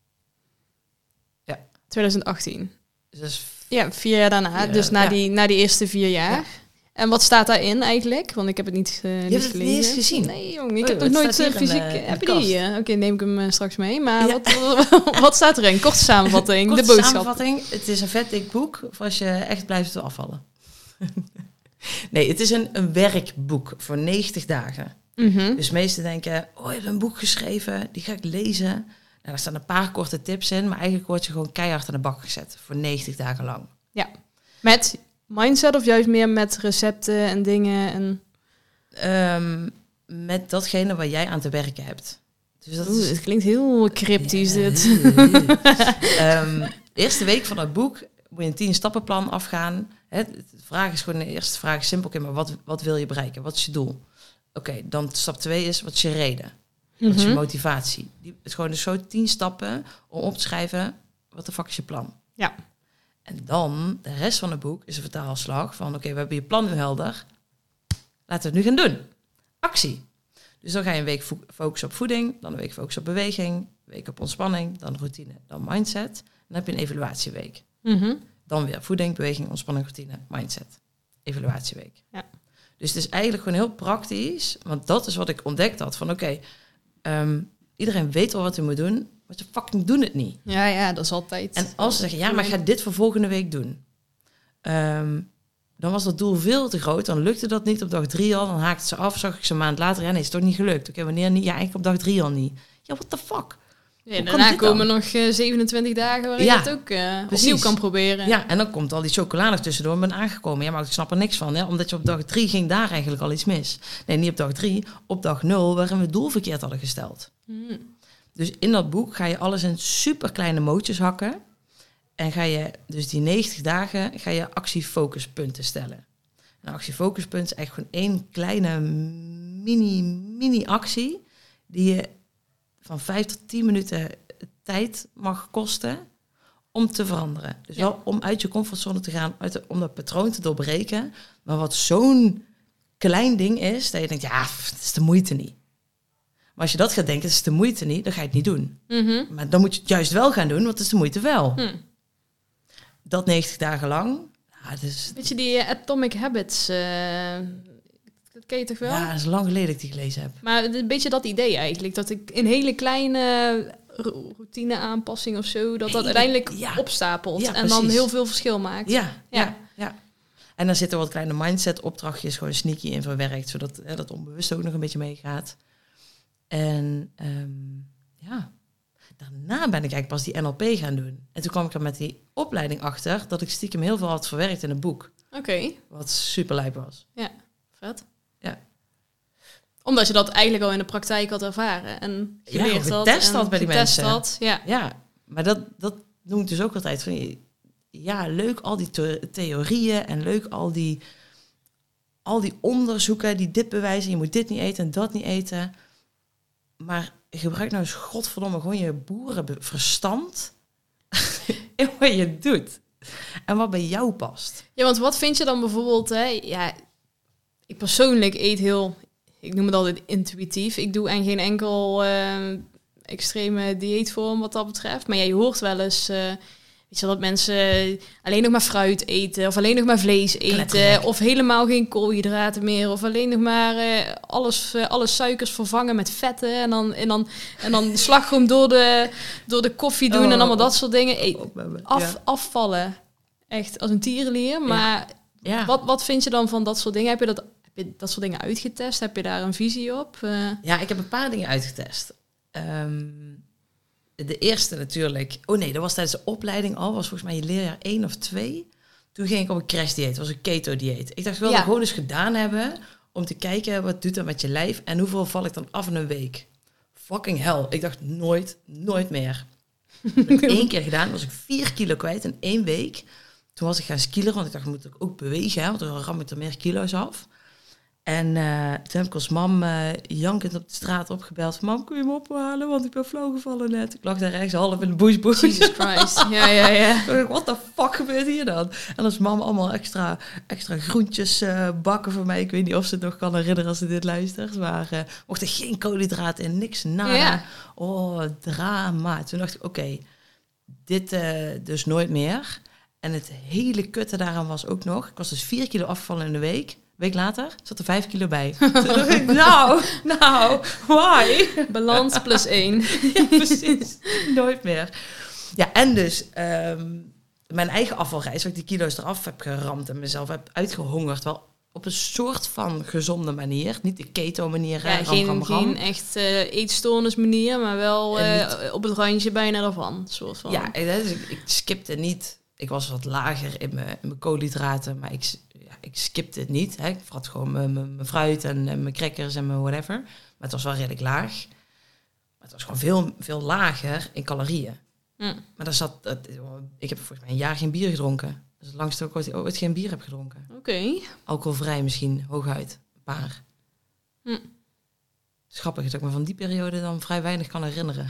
Ja. twintig achttien. Dus ja, vier jaar daarna. Ja, dus na, ja. die, na die eerste vier jaar. Ja. En wat staat daarin eigenlijk? Want ik heb het niet, uh, niet je hebt gelezen. het niet eens gezien? Nee, jongen. Ik oh, heb nog nooit uh, fysiek... Een, uh, heb je die? Uh, Oké, okay, neem ik hem uh, straks mee. Maar ja. wat, wat staat erin? Korte samenvatting, Korte de boodschap. samenvatting. Het is een vet dik boek voor als je echt blijft afvallen. Nee, het is een, een werkboek voor negentig dagen. Mm-hmm. Dus meesten denken, oh, je hebt een boek geschreven, die ga ik lezen. Nou, daar staan een paar korte tips in, maar eigenlijk word je gewoon keihard aan de bak gezet voor negentig dagen lang. Ja, met mindset of juist meer met recepten en dingen? En... Um, met datgene waar jij aan te werken hebt. Dus dat Oeh, is... het klinkt heel cryptisch, ja, dit. um, eerste week van het boek moet je een tien stappenplan afgaan. Hè, de vraag is gewoon, de eerste vraag is simpel. Oké, maar wat, wat wil je bereiken? Wat is je doel? Oké, okay, dan stap twee is, wat is je reden? Wat is je motivatie? Die, het is gewoon dus zo tien stappen om op te schrijven, wat de fuck is je plan? Ja. En dan, de rest van het boek is een vertaalslag van, oké, okay, we hebben je plan nu helder. Laten we het nu gaan doen. Actie. Dus dan ga je een week fo- focussen op voeding, dan een week focussen op beweging, een week op ontspanning, dan routine, dan mindset. Dan heb je een evaluatieweek. Mm-hmm. Dan weer voeding, beweging, ontspanning, routine, mindset. Evaluatieweek. Ja. Dus het is eigenlijk gewoon heel praktisch, want dat is wat ik ontdekt had. Van oké, okay, um, iedereen weet wel wat hij moet doen, maar ze fucking doen het niet. Ja, ja, dat is altijd. En als ze zeggen, ja, maar ik ga dit voor volgende week doen. Um, dan was dat doel veel te groot. Dan lukte dat niet op dag drie al. Dan haakte ze af, zag ik ze een maand later. Ja, nee, is toch niet gelukt. Oké, okay, wanneer niet? Ja, eigenlijk op dag drie al niet. Ja, what the fuck? Ja, daarna komen nog uh, zevenentwintig dagen waarin ja, je het ook uh, opnieuw kan proberen. Ja, en dan komt al die chocolade tussendoor en ben aangekomen. Ja, maar ik snap er niks van. Hè? Omdat je op dag drie ging daar eigenlijk al iets mis. Nee, niet op dag drie. Op dag nul, waarin we het doel verkeerd hadden gesteld. Hmm. Dus in dat boek ga je alles in super kleine mootjes hakken. En ga je dus die negentig dagen ga je actiefocuspunten stellen. Een actiefocuspunt is echt gewoon één kleine mini, mini actie die je van vijf tot tien minuten tijd mag kosten om te veranderen. Dus ja. wel om uit je comfortzone te gaan, uit de, om dat patroon te doorbreken. Maar wat zo'n klein ding is, dat je denkt, ja, het is de moeite niet. Maar als je dat gaat denken, het is de moeite niet, dan ga je het niet doen. Mm-hmm. Maar dan moet je het juist wel gaan doen, want het is de moeite wel. Mm. Dat negentig dagen lang. Ja, dus, weet je, die Atomic Habits, uh, dat ken je toch wel? Ja, dat is lang geleden dat ik die gelezen heb. Maar een beetje dat idee eigenlijk, dat ik een hele kleine routine aanpassing of zo, dat dat uiteindelijk ja. opstapelt ja, en dan heel veel verschil maakt. Ja, ja, ja. ja. En dan zitten wat kleine mindset opdrachtjes gewoon sneaky in verwerkt, zodat hè, dat onbewust ook nog een beetje meegaat. En um, ja, daarna ben ik eigenlijk pas die N L P gaan doen. En toen kwam ik er met die opleiding achter dat ik stiekem heel veel had verwerkt in een boek. Oké. Okay. Wat super lijp was. Ja, vet. Ja. Omdat je dat eigenlijk al in de praktijk had ervaren en geleerd ja, had. getest had bij die mensen. Had. Ja. ja, maar dat, dat noem ik dus ook altijd van, ja, leuk al die the- theorieën en leuk al die, al die onderzoeken die dit bewijzen. Je moet dit niet eten en dat niet eten. Maar gebruik nou eens godverdomme gewoon je boerenverstand in wat je doet. En wat bij jou past. Ja, want wat vind je dan bijvoorbeeld, hè? Ja, ik persoonlijk eet heel, ik noem het altijd intuïtief. Ik doe aan geen enkel uh, extreme dieetvorm wat dat betreft. Maar ja, je hoort wel eens, uh, weet je, dat mensen alleen nog maar fruit eten of alleen nog maar vlees eten Letterlijk. Of helemaal geen koolhydraten meer of alleen nog maar uh, alles, uh, alle suikers vervangen met vetten en dan en dan en dan slagroom door de door de koffie doen oh, en allemaal dat soort dingen. Hey, af, ja. Afvallen, echt als een tierenlier. Maar ja. Ja. Wat wat vind je dan van dat soort dingen? Heb je dat heb je dat soort dingen uitgetest? Heb je daar een visie op? Uh... Ja, ik heb een paar dingen uitgetest. Um, De eerste natuurlijk... Oh nee, dat was tijdens de opleiding al. Was volgens mij je leerjaar één of twee. Toen ging ik op een crashdieet. Dat was een keto-dieet. Ik dacht, ik wil ja. dat gewoon eens gedaan hebben... om te kijken, wat doet dat met je lijf... en hoeveel val ik dan af in een week. Fucking hell. Ik dacht, nooit, nooit meer. Eén keer gedaan, was ik vier kilo kwijt in één week. Toen was ik gaan skileren, want ik dacht, moet ik ook bewegen... Hè, want dan ram ik er meer kilo's af... En uh, toen heb ik als mam uh, jankend op de straat opgebeld. Mam, kun je me ophalen? Want ik ben flauw gevallen net. Ik lag daar rechts half in de bushbush. Jesus Christ. Ja, ja, ja. Wat de fuck gebeurt hier dan? En als mam allemaal extra, extra groentjes uh, bakken voor mij. Ik weet niet of ze het nog kan herinneren als ze dit luistert. Maar uh, mocht er geen koolhydraten in, niks nada. Ja. Oh, drama. Toen dacht ik, oké, okay, dit uh, dus nooit meer. En het hele kutte daaraan was ook nog... Ik was dus vier kilo afgevallen in de week... week later zat er vijf kilo bij. ik, nou, nou, why? Balans plus één. Ja, precies. Nooit meer. Ja, en dus um, mijn eigen afvalreis, waar ik die kilo's eraf heb geramd en mezelf heb uitgehongerd, wel op een soort van gezonde manier. Niet de keto-manier. Ja, ram, geen, ram, ram. geen echt uh, eetstoornis manier, maar wel uh, niet, op het randje bijna ervan. Soort van. Ja, dus ik, ik skipte niet. Ik was wat lager in mijn, in mijn koolhydraten, maar ik... Ik skipte het niet. Hè. Ik vrat gewoon mijn, mijn, mijn fruit en, en mijn crackers en mijn whatever. Maar het was wel redelijk laag. Maar het was gewoon veel, veel lager in calorieën. Mm. Maar daar zat... Dat, ik heb volgens mij een jaar geen bier gedronken. Dat is het langste ook ooit, ooit geen bier heb gedronken. Oké. Okay. Alcoholvrij misschien, hooguit. Een paar. Hm. Grappig dat ik me van die periode dan vrij weinig kan herinneren.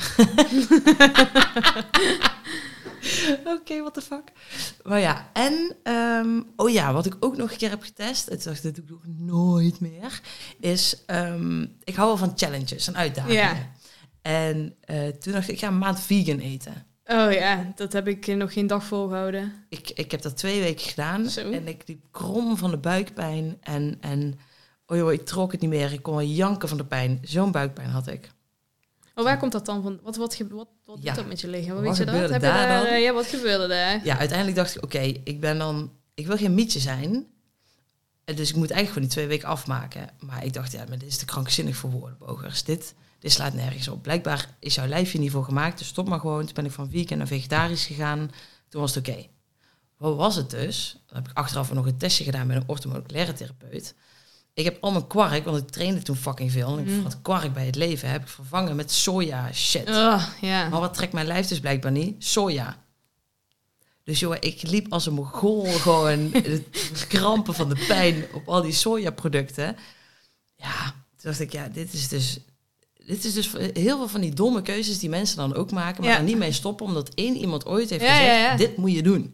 Oké, okay, what the fuck. Maar ja, en... Um, oh ja, wat ik ook nog een keer heb getest... Het dacht, dat doe ik nog nooit meer... is... Um, ik hou wel van challenges en uitdagingen. Ja. En uh, toen dacht ik, ik ga een maand vegan eten. Oh ja, dat heb ik nog geen dag volgehouden. Ik, ik heb dat twee weken gedaan. Zo. En ik liep krom van de buikpijn. En, en oh joh, ik trok het niet meer. Ik kon wel janken van de pijn. Zo'n buikpijn had ik. Oh, waar komt dat dan van? Wat, wat, wat, wat ja. doet dat met je lichaam? Wat weet je dat? Heb je daar, daar, ja, wat gebeurde daar? Ja, uiteindelijk dacht ik, oké, okay, ik ben dan... Ik wil geen mietje zijn. Dus ik moet eigenlijk gewoon die twee weken afmaken. Maar ik dacht, ja, maar dit is te krankzinnig voor woorden, Bogers. Dit, dit slaat nergens op. Blijkbaar is jouw lijfje niet voor gemaakt, dus stop maar gewoon. Toen ben ik van vegan naar vegetarisch gegaan. Toen was het oké. Okay. Wat was het dus? Dan heb ik achteraf nog een testje gedaan met een orthomoleculaire therapeut. Ik heb al mijn kwark, want ik trainde toen fucking veel. En ik mm. had kwark bij het leven, heb ik vervangen met soja shit. Uh, yeah. Maar wat trekt mijn lijf dus blijkbaar niet? Soja. Dus joh, ik liep als een mogol gewoon de krampen van de pijn op al die sojaproducten. Ja, toen dacht ik, ja, dit is dus... Dit is dus heel veel van die domme keuzes die mensen dan ook maken, maar ja. er niet mee stoppen, omdat één iemand ooit heeft ja, gezegd, ja, ja. dit moet je doen.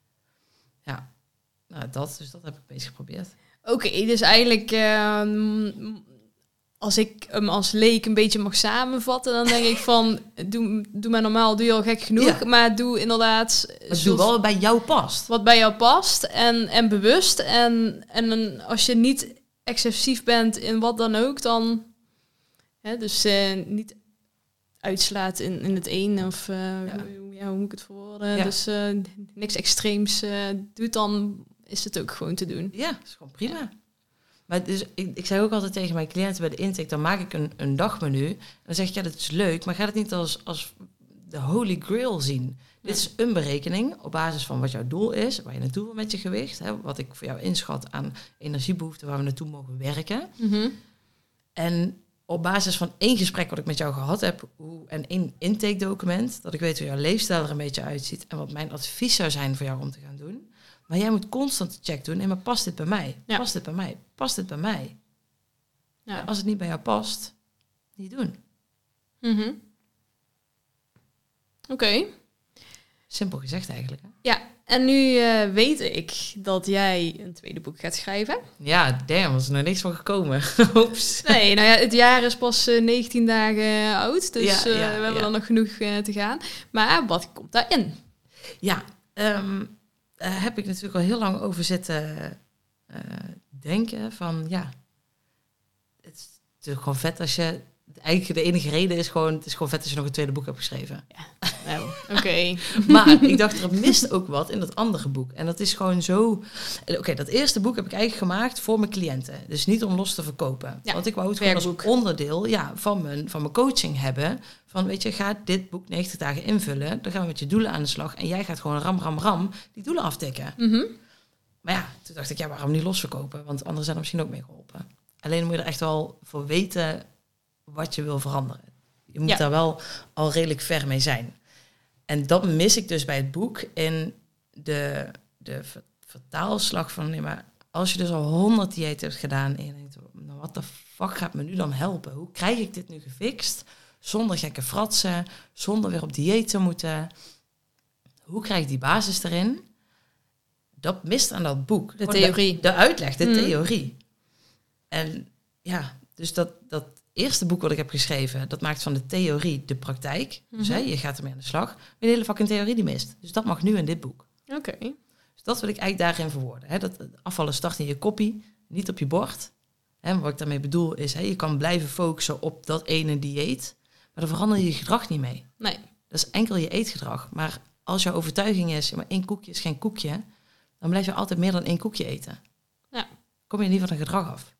Ja, nou dat, dus dat heb ik bezig geprobeerd. Oké, okay, dus eigenlijk, uh, als ik hem als leek een beetje mag samenvatten, dan denk ik van, doe, doe maar normaal, doe je al gek genoeg, ja. maar doe inderdaad... Maar doe wel wat bij jou past. Wat bij jou past en, en bewust. En, en als je niet excessief bent in wat dan ook, dan... Hè, dus uh, niet uitslaat in, in het een of uh, ja. Hoe, ja, hoe moet ik het verwoorden? Ja. Dus uh, niks extreems uh, doet, dan is het ook gewoon te doen. Ja, dat is gewoon prima. Ja. Maar dus, ik, ik zeg ook altijd tegen mijn cliënten bij de intake, dan maak ik een, een dagmenu. En dan zeg ik, ja, dat is leuk, maar ga het niet als, als de holy grail zien. Ja. Dit is een berekening op basis van wat jouw doel is, waar je naartoe wil met je gewicht. Hè, wat ik voor jou inschat aan energiebehoeften, waar we naartoe mogen werken. Mm-hmm. En op basis van één gesprek wat ik met jou gehad heb, hoe, en één intake-document, dat ik weet hoe jouw leefstijl er een beetje uitziet en wat mijn advies zou zijn voor jou om te gaan doen. Maar jij moet constant check doen. En maar past dit bij mij? Ja. Past dit bij mij? Past dit bij mij? Ja. Ja, als het niet bij jou past, niet doen. Mm-hmm. Oké. Okay. Simpel gezegd eigenlijk. Hè? Ja, en nu uh, weet ik dat jij een tweede boek gaat schrijven. Ja, damn, was er nog niks van gekomen. Oeps. Nee, nou ja, het jaar is pas uh, negentien dagen oud. Dus ja, ja, uh, we hebben ja. er nog genoeg uh, te gaan. Maar wat komt daarin? Ja, um, uh, heb ik natuurlijk al heel lang over zitten uh, denken van... ja, het is natuurlijk gewoon vet als je... Eigenlijk de enige reden is gewoon... het is gewoon vet als je nog een tweede boek hebt geschreven. Ja, nou, oké. Okay. Maar ik dacht, er mist ook wat in dat andere boek. En dat is gewoon zo... Oké, okay, dat eerste boek heb ik eigenlijk gemaakt voor mijn cliënten. Dus niet om los te verkopen. Ja, want ik wou het gewoon als onderdeel ja, van, mijn, van mijn coaching hebben. Van, weet je, ga dit boek negentig dagen invullen. Dan gaan we met je doelen aan de slag. En jij gaat gewoon ram, ram, ram die doelen aftikken. Mm-hmm. Maar ja, toen dacht ik, ja, waarom niet losverkopen? Want anderen zijn er misschien ook mee geholpen. Alleen moet je er echt wel voor weten... wat je wil veranderen. Je moet ja. daar wel al redelijk ver mee zijn. En dat mis ik dus bij het boek in de, de vertaalslag van... nee, maar als je dus al honderd diëten hebt gedaan... en je denkt, nou, wat de fuck gaat me nu dan helpen? Hoe krijg ik dit nu gefixt? Zonder gekke fratsen, zonder weer op dieet te moeten. Hoe krijg ik die basis erin? Dat mist aan dat boek. De theorie. De, de uitleg, de mm. theorie. En ja, dus dat... dat eerste boek wat ik heb geschreven, dat maakt van de theorie de praktijk. Mm-hmm. Dus hè, je gaat ermee aan de slag. Maar de hele fucking theorie die mist. Dus dat mag nu in dit boek. Oké. Okay. Dus dat wil ik eigenlijk daarin verwoorden. Hè, dat afvallen start in je koppie, niet op je bord. Hè, wat ik daarmee bedoel is, hè, je kan blijven focussen op dat ene dieet, maar dan verander je je gedrag niet mee. Nee. Dat is enkel je eetgedrag. Maar als jouw overtuiging is, maar één koekje is geen koekje, dan blijf je altijd meer dan één koekje eten. Ja. Kom je niet van een gedrag af.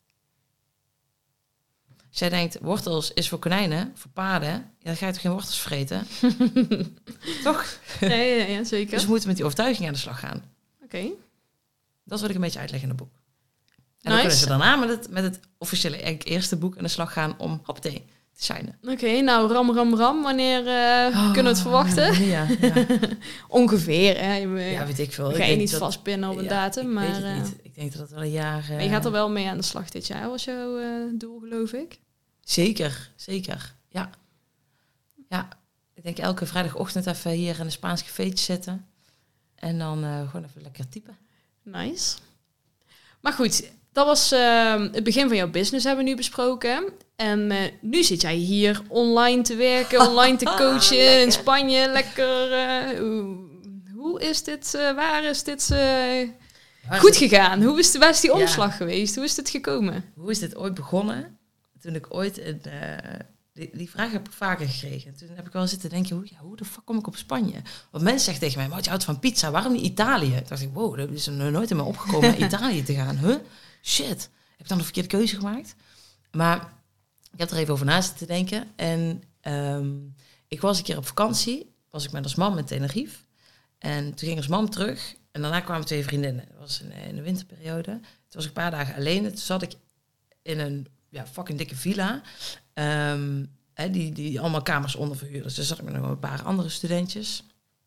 Als jij denkt, wortels is voor konijnen, voor paarden... ja, dan ga je toch geen wortels vreten? Toch? Ja, ja, ja, zeker. Dus we moeten met die overtuiging aan de slag gaan. Oké. Okay. Dat wil ik een beetje uitleggen in het boek. En nice. dan kunnen ze daarna met het, met het officiële eerste boek aan de slag gaan... om, hoppatee, het te shinen. Oké, okay, nou ram, ram, ram. Wanneer uh, oh, kunnen we het verwachten? Ja, ja. Ongeveer, hè? Ja, weet ik veel. Ga je niet dat, vastpinnen op een ja, datum, ik maar... Weet het niet. Ik denk dat het wel een jaar... Uh, maar je gaat er wel mee aan de slag dit jaar, was jouw uh, doel, geloof ik? Zeker, zeker. Ja. Ja. Ik denk elke vrijdagochtend even hier in een Spaans cafeetje zitten. En dan uh, gewoon even lekker typen. Nice. Maar goed, dat was uh, het begin van jouw business, hebben we nu besproken. En uh, nu zit jij hier online te werken, online te coachen in Spanje. Lekker. Uh, hoe, hoe is dit, uh, waar is dit uh, goed gegaan? Hoe is, de, waar is die omslag ja. geweest? Hoe is dit gekomen? Hoe is dit ooit begonnen? Toen ik ooit... In, uh, die, die vraag heb ik vaker gekregen. Toen heb ik wel zitten denken, hoe, ja, hoe de fuck kom ik op Spanje? Want mensen zeggen tegen mij, maar je houdt van pizza, waarom niet Italië? Toen dacht ik, wow, dat is er nooit in me opgekomen naar Italië te gaan. Huh? Shit. Heb ik dan de verkeerde keuze gemaakt? Maar ik heb er even over na zitten denken. En um, ik was een keer op vakantie. Was ik met als mam in Tenerife. En toen ging als mam terug. En daarna kwamen twee vriendinnen. Dat was in, in de winterperiode. Toen was ik een paar dagen alleen. Toen zat ik in een ja, fucking dikke villa. Um, hè, die, die allemaal kamers onderverhuurden. Dus daar zat ik met nog een paar andere studentjes.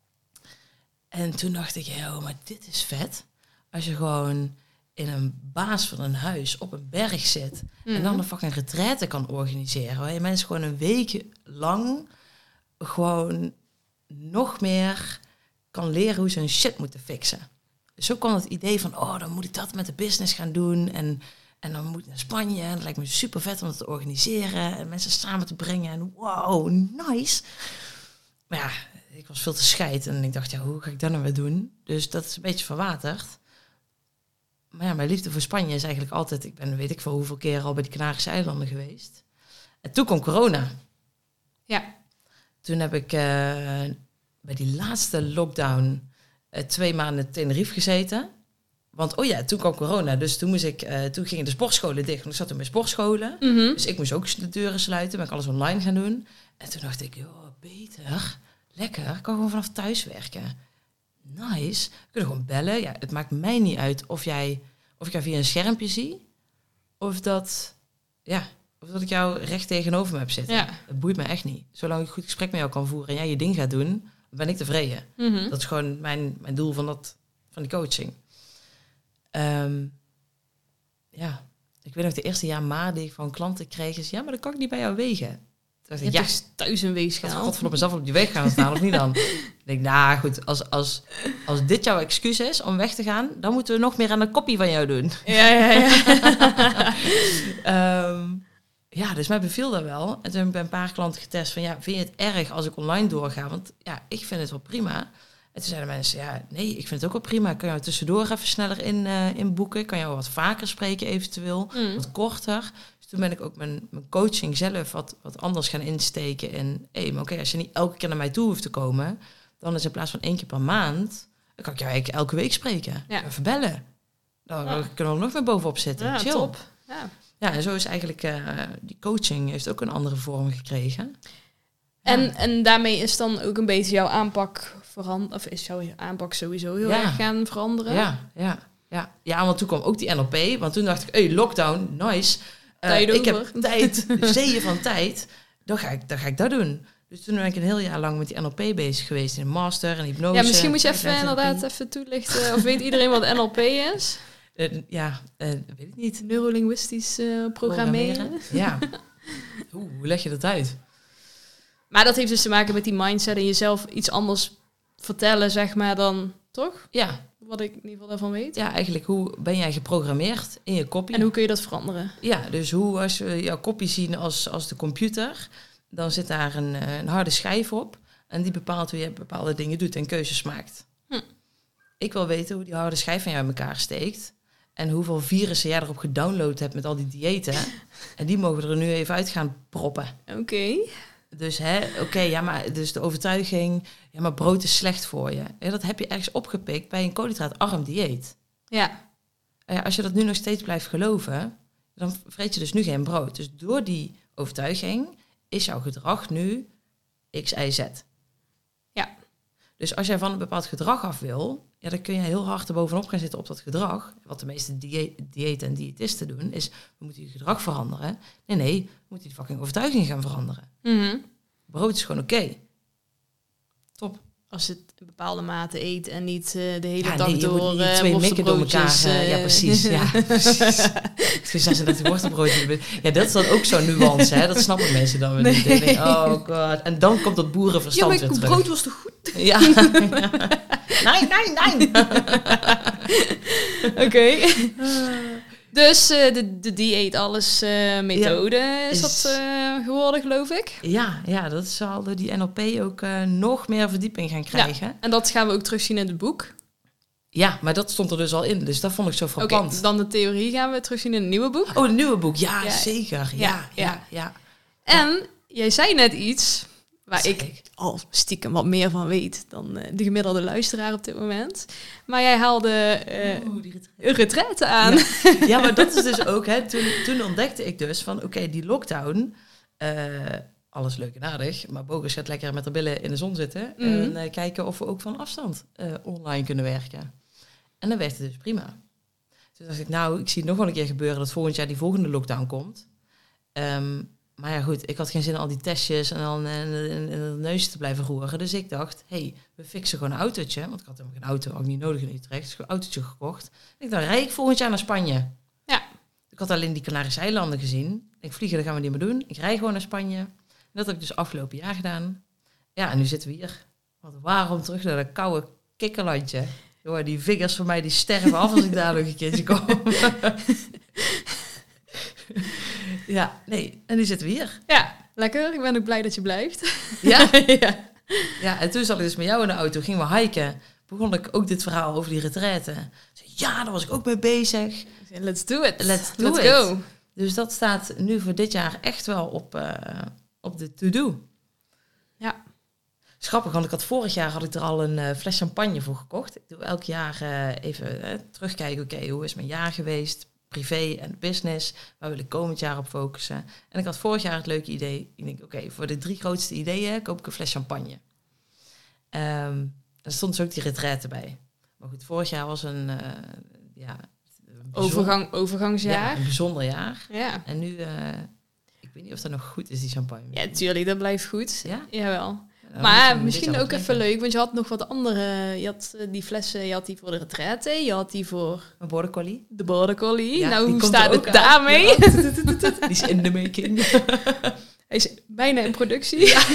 En toen dacht ik, joh, maar dit is vet. Als je gewoon in een baas van een huis op een berg zit. Mm-hmm. En dan een fucking retraite kan organiseren. Waar je mensen gewoon een week lang gewoon nog meer kan leren hoe ze hun shit moeten fixen. Dus zo kwam het idee van, oh, dan moet ik dat met de business gaan doen. En, en dan moet ik naar Spanje. En dat lijkt me super vet om dat te organiseren. En mensen samen te brengen. En wow, nice. Maar ja, ik was veel te scheid. En ik dacht, ja, hoe ga ik dat nou weer doen? Dus dat is een beetje verwaterd. Maar ja, mijn liefde voor Spanje is eigenlijk altijd... Ik ben weet ik veel hoeveel keer al bij de Canarische eilanden geweest. En toen kwam corona. Ja. Toen heb ik uh, bij die laatste lockdown uh, twee maanden in Tenerife gezeten. Want oh ja, toen kwam corona. Dus toen, moest ik, uh, toen gingen de sportscholen dicht. Want ik zat toen bij sportscholen. Mm-hmm. Dus ik moest ook de deuren sluiten. Ben ik alles online gaan doen. En toen dacht ik, joh, beter. Lekker. Ik kan gewoon vanaf thuis werken. Nice. We kunnen gewoon bellen. Ja, het maakt mij niet uit of jij of ik jou via een schermpje zie. Of dat, ja, of dat ik jou recht tegenover me heb zitten. Ja. Het boeit me echt niet. Zolang ik een goed gesprek met jou kan voeren en jij je ding gaat doen, dan ben ik tevreden. Mm-hmm. Dat is gewoon mijn, mijn doel van, dat, van die coaching. Um, ja, ik weet nog de eerste jaar ma die ik van klanten kreeg is, ja, maar dan kan ik niet bij jou wegen. Je hebt ja, dus thuis een weegschaal. Ik had van op mezelf op die weg gaan staan, of niet dan? Ik denk, nou goed, als, als, als dit jouw excuus is om weg te gaan, dan moeten we nog meer aan de kopie van jou doen. Ja, ja, ja. um, ja, dus mij beviel dat wel. En toen heb ik bij een paar klanten getest van, ja, vind je het erg als ik online doorga? Want ja, ik vind het wel prima. En toen zeiden mensen, ja, nee, ik vind het ook wel prima. Kan je tussendoor even sneller in, uh, inboeken? Kan je wel wat vaker spreken eventueel? Mm. Wat korter? Toen ben ik ook mijn, mijn coaching zelf wat, wat anders gaan insteken. En hé, maar oké, okay, als je niet elke keer naar mij toe hoeft te komen, dan is in plaats van één keer per maand, dan kan ik jou eigenlijk elke week spreken. Ja. Even bellen. Dan ja. kunnen we nog meer bovenop zitten. Ja, chill. Top. Ja. Ja, en zo is eigenlijk uh, die coaching heeft ook een andere vorm gekregen. En, ja. en daarmee is dan ook een beetje jouw aanpak veranderd, of is jouw aanpak sowieso heel ja. erg gaan veranderen? Ja, ja, ja. Ja, want toen kwam ook die N L P, want toen dacht ik, hey, lockdown, nice. Uh, ik heb tijd, zeeën van tijd, dan ga, ik, dan ga ik dat doen. Dus toen ben ik een heel jaar lang met die N L P bezig geweest. In een master en hypnose. Ja, misschien moet je even inderdaad even toelichten. Of weet iedereen wat N L P is? Uh, ja, uh, weet ik niet. Neurolinguistisch uh, programmeren. programmeren. Ja. Oeh, hoe leg je dat uit? Maar dat heeft dus te maken met die mindset en jezelf iets anders vertellen, zeg maar, dan, toch? Ja. Wat ik in ieder geval daarvan weet. Ja, eigenlijk, hoe ben jij geprogrammeerd in je kopie? En hoe kun je dat veranderen? Ja, dus hoe als we jouw kopie zien als, als de computer, dan zit daar een, een harde schijf op. En die bepaalt hoe je bepaalde dingen doet en keuzes maakt. Hm. Ik wil weten hoe die harde schijf van jou in elkaar steekt. En hoeveel virussen jij erop gedownload hebt met al die diëten. En die mogen er nu even uit gaan proppen. Oké. Okay. Dus hè, oké, okay, ja, maar dus de overtuiging, ja, maar brood is slecht voor je. Ja, dat heb je ergens opgepikt bij een koolhydraatarm dieet. Ja. Ja. Als je dat nu nog steeds blijft geloven, dan vreet je dus nu geen brood. Dus door die overtuiging is jouw gedrag nu X, Y, Z. Ja. Dus als jij van een bepaald gedrag af wil, ja, dan kun je heel hard erbovenop gaan zitten op dat gedrag. Wat de meeste die- diëten en diëtisten doen, is we moeten je gedrag veranderen. Nee, nee, we moeten die fucking overtuiging gaan veranderen. Mm-hmm. Brood is gewoon oké. Okay. Top. Als je het in bepaalde mate eet en niet uh, de hele ja, dag nee, door niet uh, twee mikken door elkaar. Uh, ja, precies. Ja, precies. zesendertig wortelbroodjes. Ja, dat is dan ook zo'n nuance, hè? Dat snappen mensen dan weer nee. niet. Denk, oh god. En dan komt dat boerenverstand ja, weer terug. Ja, maar brood was toch goed? Ja. ja. Nee, nee, nee. Oké. Okay. Dus uh, de, de dieet alles uh, methode ja, is, is dat uh, geworden, geloof ik? Ja, ja, dat zal door die N L P ook uh, nog meer verdieping gaan krijgen. Ja, en dat gaan we ook terugzien in het boek. Ja, maar dat stond er dus al in, dus dat vond ik zo frappant. Okay, dan de theorie gaan we terugzien in het nieuwe boek. Oh, het nieuwe boek, ja, ja zeker. Ja, ja, ja, ja. ja. En jij zei net iets waar ik, ik al stiekem wat meer van weet dan uh, de gemiddelde luisteraar op dit moment. Maar jij haalde uh, oh, een retraite aan. Ja. ja, maar dat is dus ook, hè, toen, toen ontdekte ik dus van, oké, okay, die lockdown, uh, alles leuk en aardig, maar Bogus gaat lekker met haar billen in de zon zitten mm. en uh, kijken of we ook van afstand uh, online kunnen werken. En dan werkte het dus prima. Dus dacht ik, nou, ik zie het nog wel een keer gebeuren dat volgend jaar die volgende lockdown komt. Um, Maar ja, goed, ik had geen zin in al die testjes en dan in de neus te blijven roeren. Dus ik dacht, hé, hey, we fixen gewoon een autootje. Want ik had helemaal geen auto, ook niet nodig in Utrecht. Dus ik heb een autootje gekocht. En ik dacht, rijd ik volgend jaar naar Spanje. Ja. Ik had alleen die Canarische eilanden gezien. Ik vliegen, dat gaan we niet meer doen. Ik rijd gewoon naar Spanje. En dat heb ik dus afgelopen jaar gedaan. Ja, en nu zitten we hier. Want waarom terug naar dat koude kikkerlandje? Joh, die vingers van mij die sterven af als ik daar nog een keertje kom. Ja, nee. En nu zitten we hier. Ja, lekker. Ik ben ook blij dat je blijft. Ja? ja. Ja, en toen zat ik dus met jou in de auto. Gingen we hiken. Begon ik ook dit verhaal over die retraite. Ja, daar was ik ook mee bezig. Let's do it. Let's do Let's it. go. Dus dat staat nu voor dit jaar echt wel op, uh, op de to-do. Ja. Grappig, want ik had vorig jaar had ik er al een uh, fles champagne voor gekocht. Ik doe elk jaar uh, even uh, terugkijken. Oké, okay, hoe is mijn jaar geweest? Privé en business. Waar wil ik komend jaar op focussen? En ik had vorig jaar het leuke idee. Ik denk, oké, okay, voor de drie grootste ideeën koop ik een fles champagne. Um, daar stond dus ook die retraite bij. Maar goed, vorig jaar was een, uh, ja, een Overgang, overgangsjaar. Ja, een bijzonder jaar. Ja. En nu, uh, ik weet niet of dat nog goed is, die champagne. Ja, tuurlijk, dat blijft goed. Ja? Jawel. Nou, maar misschien ook even leuk, want je had nog wat andere... Je had die flessen, je had die voor de retraite, je had die voor... Een border collie. De border collie. Ja, nou, hoe staat het daarmee? Ja. Die is in de making. Hij is bijna in productie. Ja.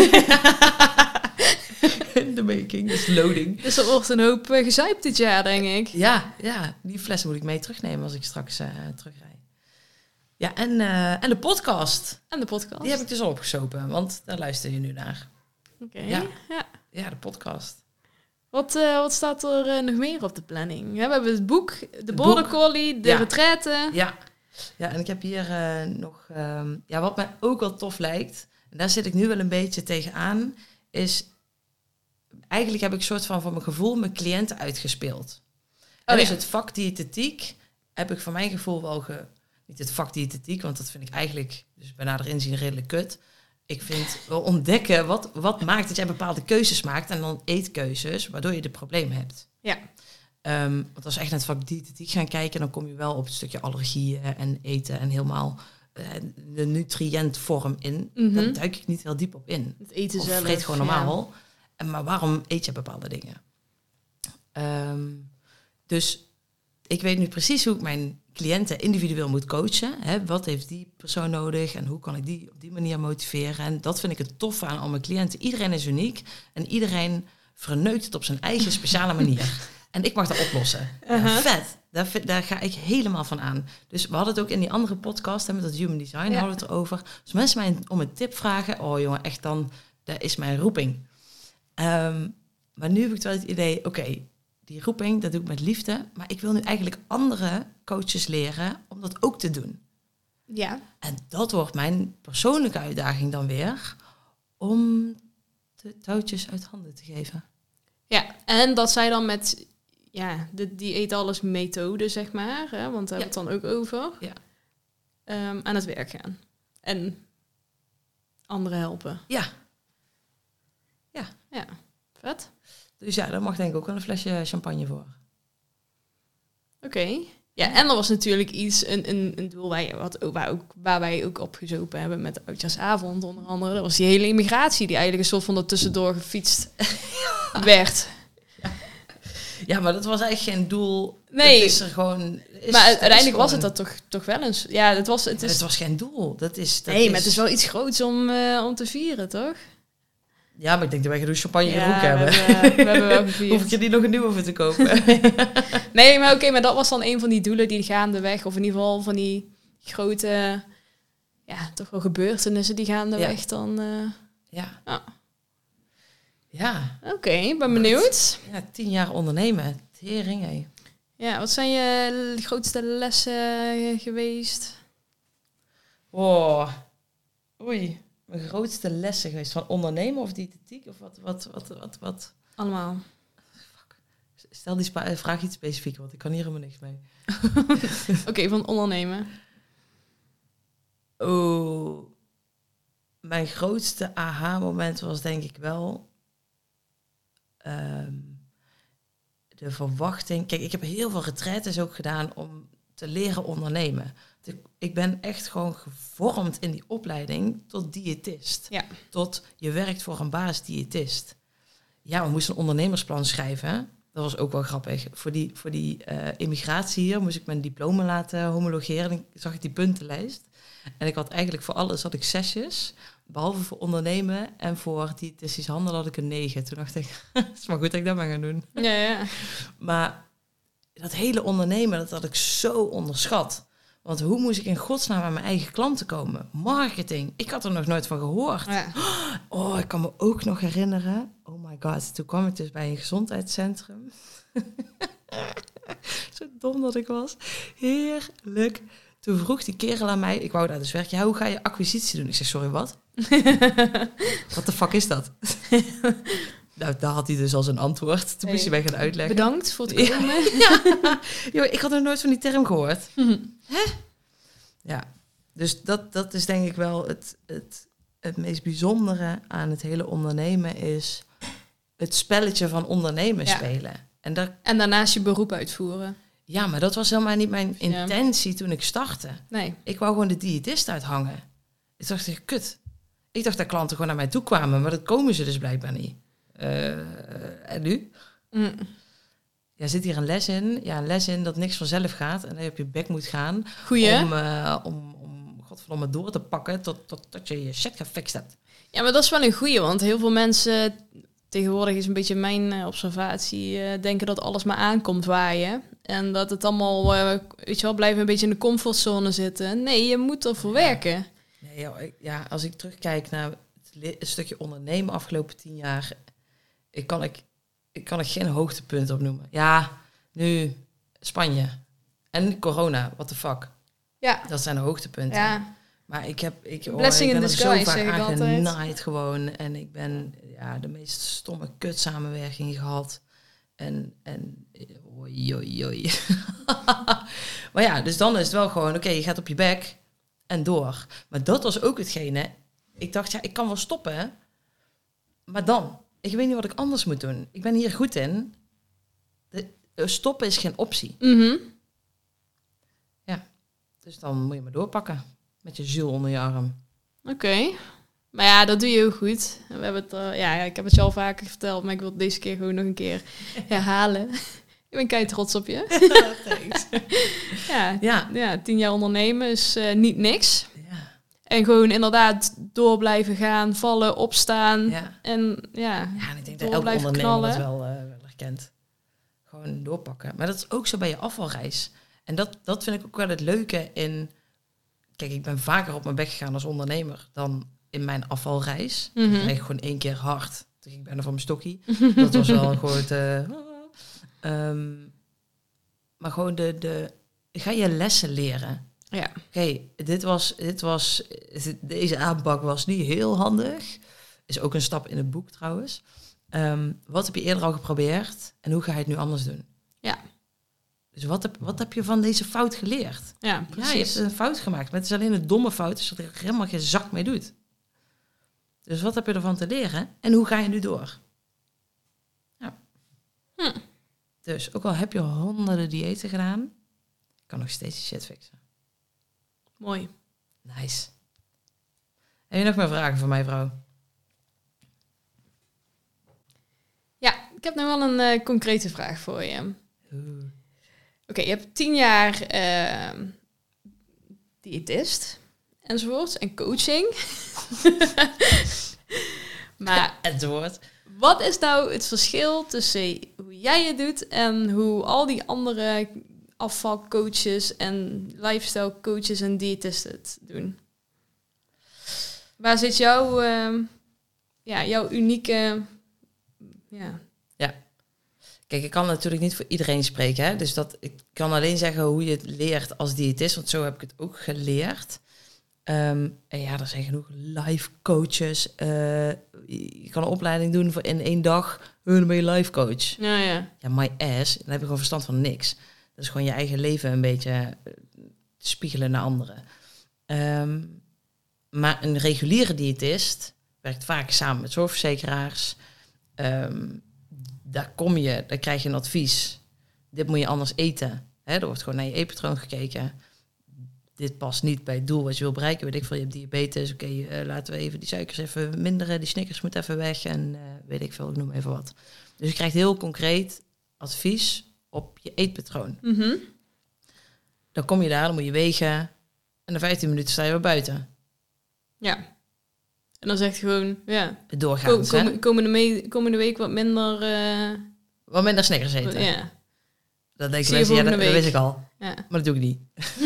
In de making, dus loading. Dus er wordt een hoop uh, gezuipt dit jaar, denk ik. Ja, ja, die flessen moet ik mee terugnemen als ik straks uh, terugrij. Ja, en, uh, en de podcast. En de podcast. Die heb ik dus al opgesopen, want daar luister je nu naar. Oké, okay, ja. ja. Ja, de podcast. Wat, uh, wat staat er uh, nog meer op de planning? Ja, we hebben het boek, de border collie, de ja. retraite. Ja. Ja, en ik heb hier uh, nog... Um, ja, wat mij ook wel tof lijkt, en daar zit ik nu wel een beetje tegenaan, is... Eigenlijk heb ik een soort van van mijn gevoel mijn cliënten uitgespeeld. Oh, dus ja. Het vak diëtetiek heb ik van mijn gevoel wel ge... Niet het vak diëtetiek, want dat vind ik eigenlijk, dus bij nader inzien, redelijk kut. Ik vind wel ontdekken wat, wat maakt dat jij bepaalde keuzes maakt en dan eetkeuzes, waardoor je de probleem hebt. Ja. Um, want als we echt naar het vak diëtetiek gaan kijken, dan kom je wel op een stukje allergieën en eten en helemaal uh, de nutriëntvorm in. Mm-hmm. Daar duik ik niet heel diep op in. Het eten of zelf. vreet gewoon normaal. Ja. En, maar waarom eet je bepaalde dingen? Um, dus ik weet nu precies hoe ik mijn cliënten individueel moet coachen. Hè? Wat heeft die persoon nodig en hoe kan ik die op die manier motiveren? En dat vind ik het toffe aan al mijn cliënten. Iedereen is uniek en iedereen verneukt het op zijn eigen speciale manier. En ik mag dat oplossen. Uh-huh. Ja, vet. Daar, daar ga ik helemaal van aan. Dus we hadden het ook in die andere podcast, hè, met dat Human Design, ja. hadden we het erover. Als mensen mij om een tip vragen, oh jongen, echt dan, dat is mijn roeping. Um, maar nu heb ik wel het idee, oké, okay, die roeping, dat doe ik met liefde. Maar ik wil nu eigenlijk andere coaches leren om dat ook te doen. Ja. En dat wordt mijn persoonlijke uitdaging dan weer, om de touwtjes uit handen te geven. Ja, en dat zij dan met ja, de dieet alles methode, zeg maar, hè, want daar ja. hebben we het dan ook over, ja. um, aan het werk gaan. En anderen helpen. Ja. Ja. Ja, vet. Dus ja, daar mag denk ik ook wel een flesje champagne voor. Oké. Okay. Ja, en er was natuurlijk iets, een, een, een doel waar, je, wat, waar, ook, waar wij ook op gezopen hebben met de Oudjaarsavond onder andere. Dat was die hele immigratie die eigenlijk een soort van er tussendoor gefietst werd. Ja. ja, maar dat was eigenlijk geen doel. Nee. Het is er gewoon... Is, maar uiteindelijk gewoon... was het dat toch, toch wel eens. Ja, het was, het is... het was geen doel. Dat is, dat nee, is... maar het is wel iets groots om, uh, om te vieren, toch? Ja, maar ik denk dat wij genoeg champagne ja, in de hoek hebben. We hebben, we hebben wel gevierd. Hoef ik er niet nog een nieuwe voor te kopen? nee, maar oké, okay, maar dat was dan een van die doelen die gaandeweg, of in ieder geval van die grote, ja, toch wel gebeurtenissen die gaandeweg ja. dan... Uh... Ja. Oh. Ja. Oké, okay, ben benieuwd. Ja, tien jaar ondernemen. Tering, hé. Ja, wat zijn je grootste lessen geweest? Oh, oei. Mijn grootste lessen geweest van ondernemen of diëtetiek of wat, wat, wat, wat, wat? Allemaal. Fuck. Stel die spa- vraag iets specifieker, want ik kan hier helemaal niks mee. Oké, okay, van ondernemen. Oh, mijn grootste aha-moment was denk ik wel um, de verwachting. Kijk, ik heb heel veel retraites ook gedaan om te leren ondernemen. Ik ben echt gewoon gevormd in die opleiding tot diëtist. Ja. Tot je werkt voor een baas-diëtist. Ja, we moesten een ondernemersplan schrijven. Hè? Dat was ook wel grappig. Voor die, voor die uh, immigratie hier moest ik mijn diploma laten homologeren. En zag ik die puntenlijst. En ik had eigenlijk voor alles had ik zesjes. Behalve voor ondernemen en voor diëtistisch handel had ik een negen. Toen dacht ik, het is maar goed dat ik dat maar ga doen. Ja, ja. Maar dat hele ondernemen, dat had ik zo onderschat. Want hoe moest ik in godsnaam aan mijn eigen klanten komen? Marketing. Ik had er nog nooit van gehoord. Ja. Oh, ik kan me ook nog herinneren. Oh my god, toen kwam ik dus bij een gezondheidscentrum. Zo dom dat ik was. Heerlijk. Toen vroeg die kerel aan mij, ik wou daar dus werken. Ja, hoe ga je acquisitie doen? Ik zeg, sorry, wat? Wat de fuck is dat? Nou, daar had hij dus als een antwoord. Toen hey, moest hij mij gaan uitleggen. Bedankt voor het komen. Ja. Ja. Yo, ik had nog nooit van die term gehoord. Mm-hmm. Hè? Ja, dus dat, dat is denk ik wel het, het, het meest bijzondere aan het hele ondernemen is het spelletje van ondernemen ja. spelen. En, dat, en daarnaast je beroep uitvoeren. Ja, maar dat was helemaal niet mijn intentie ja. toen ik startte. Nee. Ik wou gewoon de diëtist uithangen. Ik dacht, kut. Ik dacht dat klanten gewoon naar mij toe kwamen, maar dat komen ze dus blijkbaar niet. Uh, en nu? Mm. Ja, zit hier een les in. Ja, een les in dat niks vanzelf gaat. En dat je op je bek moet gaan. Goeie. Om, uh, om, om godverdomme door te pakken tot, tot, tot je je shit gefixt hebt. Ja, maar dat is wel een goeie. Want heel veel mensen, tegenwoordig is een beetje mijn uh, observatie, uh, denken dat alles maar aankomt waaien. En dat het allemaal, uh, weet je wel, blijven een beetje in de comfortzone zitten. Nee, je moet ervoor ja. werken. Nee, joh, ik, ja, als ik terugkijk naar het, le- het stukje ondernemen afgelopen tien jaar... Ik kan, ik, ik kan er geen hoogtepunt op noemen. Ja, nu Spanje. En corona, what the fuck. Ja. Dat zijn de hoogtepunten. Ja. Maar ik heb ik, oh, Blessing ik ben in er disguise, zo vaak zeg ik aan altijd. genaaid gewoon. En ik ben ja, de meest stomme kut samenwerking gehad. En, en oei, oei, oei. Maar ja, dus dan is het wel gewoon, oké, okay, je gaat op je bek en door. Maar dat was ook hetgene. Ik dacht, ja, ik kan wel stoppen, hè? Maar dan... Ik weet niet wat ik anders moet doen. Ik ben hier goed in. De, stoppen is geen optie. Mm-hmm. Ja. Dus dan moet je maar doorpakken. Met je ziel onder je arm. Oké. Okay. Maar ja, dat doe je heel goed. We hebben het, uh, ja, ik heb het je al vaker verteld, maar ik wil het deze keer gewoon nog een keer herhalen. Ik ben kei trots op je. Thanks. ja, ja. ja, tien jaar ondernemen is uh, niet niks. Ja. En gewoon inderdaad door blijven gaan, vallen, opstaan. Ja. En ja, ja en ik denk dat elke ondernemer knallen. dat wel, uh, wel herkent. Gewoon doorpakken. Maar dat is ook zo bij je afvalreis. En dat, dat vind ik ook wel het leuke in... Kijk, ik ben vaker op mijn bek gegaan als ondernemer dan in mijn afvalreis. Mm-hmm. Ik kreeg gewoon één keer hard. Toen ging ik bijna van mijn stokkie. Dat was wel gewoon te... Um, maar gewoon de, de... Ga je lessen leren. Ja. Oké, okay, dit was, dit was, deze aanpak was niet heel handig. Is ook een stap in het boek trouwens. Um, wat heb je eerder al geprobeerd en hoe ga je het nu anders doen? Ja. Dus wat heb, wat heb je van deze fout geleerd? Ja, precies. Ja, je hebt een fout gemaakt, maar het is alleen een domme fout, dus dat er helemaal geen zak mee doet. Dus wat heb je ervan te leren en hoe ga je nu door? Ja. Hm. Dus ook al heb je honderden diëten gedaan, kan nog steeds die shit fixen. Mooi. Nice. Heb je nog meer vragen voor mij, vrouw? Ja, ik heb nog wel een uh, concrete vraag voor je. Oeh. Oké, okay, je hebt tien jaar uh, diëtist enzovoort en coaching. Maar enzovoort. Wat is nou het verschil tussen hoe jij het doet en hoe al die andere afvalcoaches en lifestyle coaches en diëtisten het doen? Waar zit jouw, uh, ja, jouw unieke... Ja. ja. Kijk, ik kan natuurlijk niet voor iedereen spreken. Hè? Dus dat, ik kan alleen zeggen hoe je het leert als diëtist. Want zo heb ik het ook geleerd. Um, en ja, er zijn genoeg life coaches. Uh, je kan een opleiding doen voor in één dag. Dan ben je life coach. Ja, ja. Ja, my ass. Dan heb je gewoon verstand van niks. Dat is gewoon je eigen leven een beetje spiegelen naar anderen. Um, maar een reguliere diëtist werkt vaak samen met zorgverzekeraars. Um, daar kom je, daar krijg je een advies. Dit moet je anders eten. Hè, er wordt gewoon naar je eetpatroon gekeken. Dit past niet bij het doel wat je wil bereiken. Weet ik veel, je hebt diabetes. Oké, okay, uh, laten we even die suikers even minderen. Die Snickers moet even weg. En uh, weet ik veel, ik noem even wat. Dus je krijgt heel concreet advies op je eetpatroon. Mm-hmm. Dan kom je daar, dan moet je wegen. En na vijftien minuten sta je weer buiten. Ja. En dan zegt je gewoon, ja. Doorgaans, Kom, kom, komende, me- komende week wat minder... Uh... Wat minder Snickers eten. Ja. Dat denk je, ja, dat, dat wist ik al. Ja. Maar dat doe ik niet.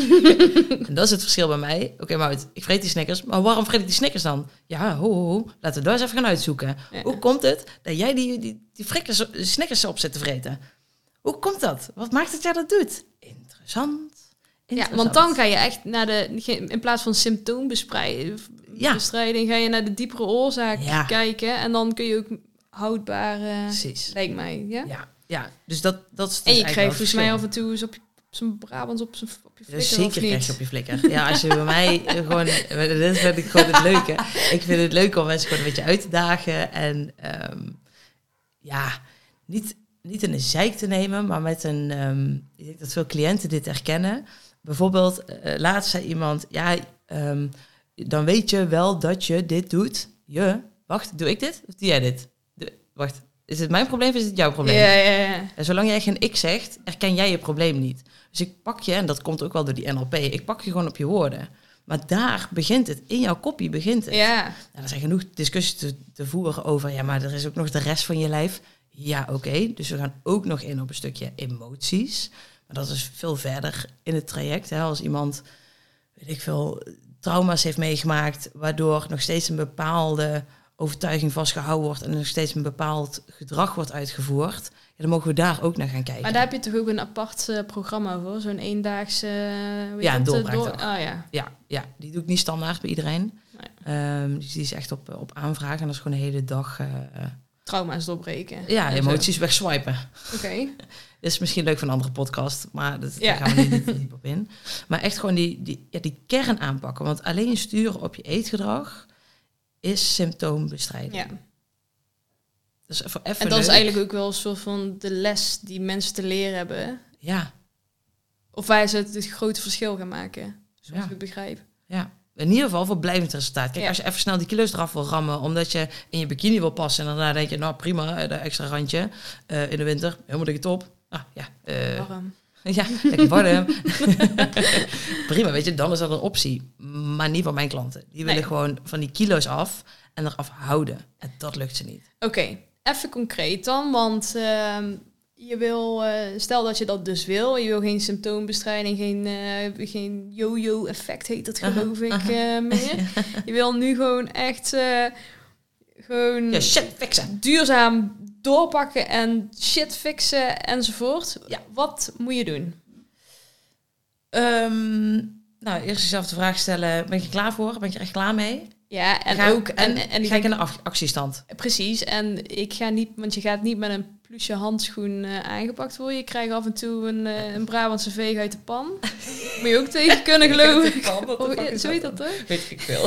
En dat is het verschil bij mij. Oké, okay, maar ik vreet die Snickers. Maar waarom vreet ik die Snickers dan? Ja, ho, ho, ho. Laten we daar eens even gaan uitzoeken. Ja. Hoe komt het dat jij die, die, die frikkers, Snickers op zit te vreten? Hoe komt dat? Wat maakt dat jij dat doet? Interessant. Ja, want dan ga je echt naar de... In plaats van symptoombestrijding... Ja. bestrijding, ga je naar de diepere oorzaak ja. kijken. En dan kun je ook houdbare... Precies. Lijkt mij, ja? Ja, ja. Dus dat, dat is... En je krijgt volgens mij af en toe eens op je zo'n Brabants op, zijn, op je flikker, zeker krijg je op je flikker. Ja, als je bij mij gewoon... Dit vind ik gewoon het leuke. Ik vind het leuk om mensen gewoon een beetje uit te dagen. En um, ja, niet, niet in de zeik te nemen, maar met een... Um, ik denk dat veel cliënten dit herkennen. Bijvoorbeeld, uh, laatst zei iemand... Ja, um, dan weet je wel dat je dit doet. Je, wacht, doe ik dit? Of doe jij dit? De, wacht, is het mijn probleem of is het jouw probleem? Ja, ja, ja. En zolang jij geen ik zegt, herken jij je probleem niet. Dus ik pak je, en dat komt ook wel door die N L P, ik pak je gewoon op je woorden. Maar daar begint het, in jouw kopie begint het. Ja. Nou, er zijn genoeg discussies te, te voeren over, ja, maar er is ook nog de rest van je lijf. Ja, oké, okay. Dus we gaan ook nog in op een stukje emoties. Maar dat is veel verder in het traject. Hè. Als iemand, weet ik veel... trauma's heeft meegemaakt, waardoor nog steeds een bepaalde overtuiging vastgehouden wordt en nog steeds een bepaald gedrag wordt uitgevoerd, ja, dan mogen we daar ook naar gaan kijken. Maar daar heb je toch ook een apart uh, programma voor, zo'n eendaagse... Uh, ja, een doorbraakdag. Door... Oh, ja. Ja, ja, die doe ik niet standaard bij iedereen. Nee. Um, dus die is echt op, op aanvraag en dat is gewoon een hele dag... Uh, trauma's doorbreken. Ja, emoties wegswipen. Oké. Okay. Is misschien leuk voor een andere podcast, maar dat, ja. daar gaan we niet diep op in. Maar echt gewoon die, die, ja, die kern aanpakken. Want alleen sturen op je eetgedrag is symptoombestrijding. Ja. Dus even, even en dat leuk. is eigenlijk ook wel een soort van de les die mensen te leren hebben. Ja. Of waar ze het, het grote verschil gaan maken, zoals ja. ik begrijp. Ja. In ieder geval voor blijvend resultaat. Kijk, ja. als je even snel die kilo's eraf wil rammen, omdat je in je bikini wil passen, en daarna denk je, nou prima, de extra randje uh, in de winter, helemaal dikke top. Ah, ja. Uh, warm. Ja, lekker warm. Prima, weet je, dan is dat een optie. Maar niet van mijn klanten. Die willen nee. gewoon van die kilo's af en eraf houden. En dat lukt ze niet. Oké, okay. Even concreet dan, want uh, je wil, uh, stel dat je dat dus wil, je wil geen symptoombestrijding, geen, uh, geen yo-yo effect heet dat geloof uh-huh, ik uh, meer. Je wil nu gewoon echt uh, gewoon ja, shit fixen. Duurzaam doorpakken en shit fixen enzovoort. Ja. Wat moet je doen? Um, nou, eerst jezelf de vraag stellen, ben je klaar voor? Ben je er echt klaar mee? Ja, en ga, ook... En, en, en ga ik in de actiestand? Precies, en ik ga niet... Want je gaat niet met een plusje handschoen uh, aangepakt worden. Je krijgt af en toe een, uh, een Brabantse veeg uit de pan. Moet je ook tegen kunnen, geloof ik. Pan, oh, ja, zo heet dat, toch? Weet ik veel.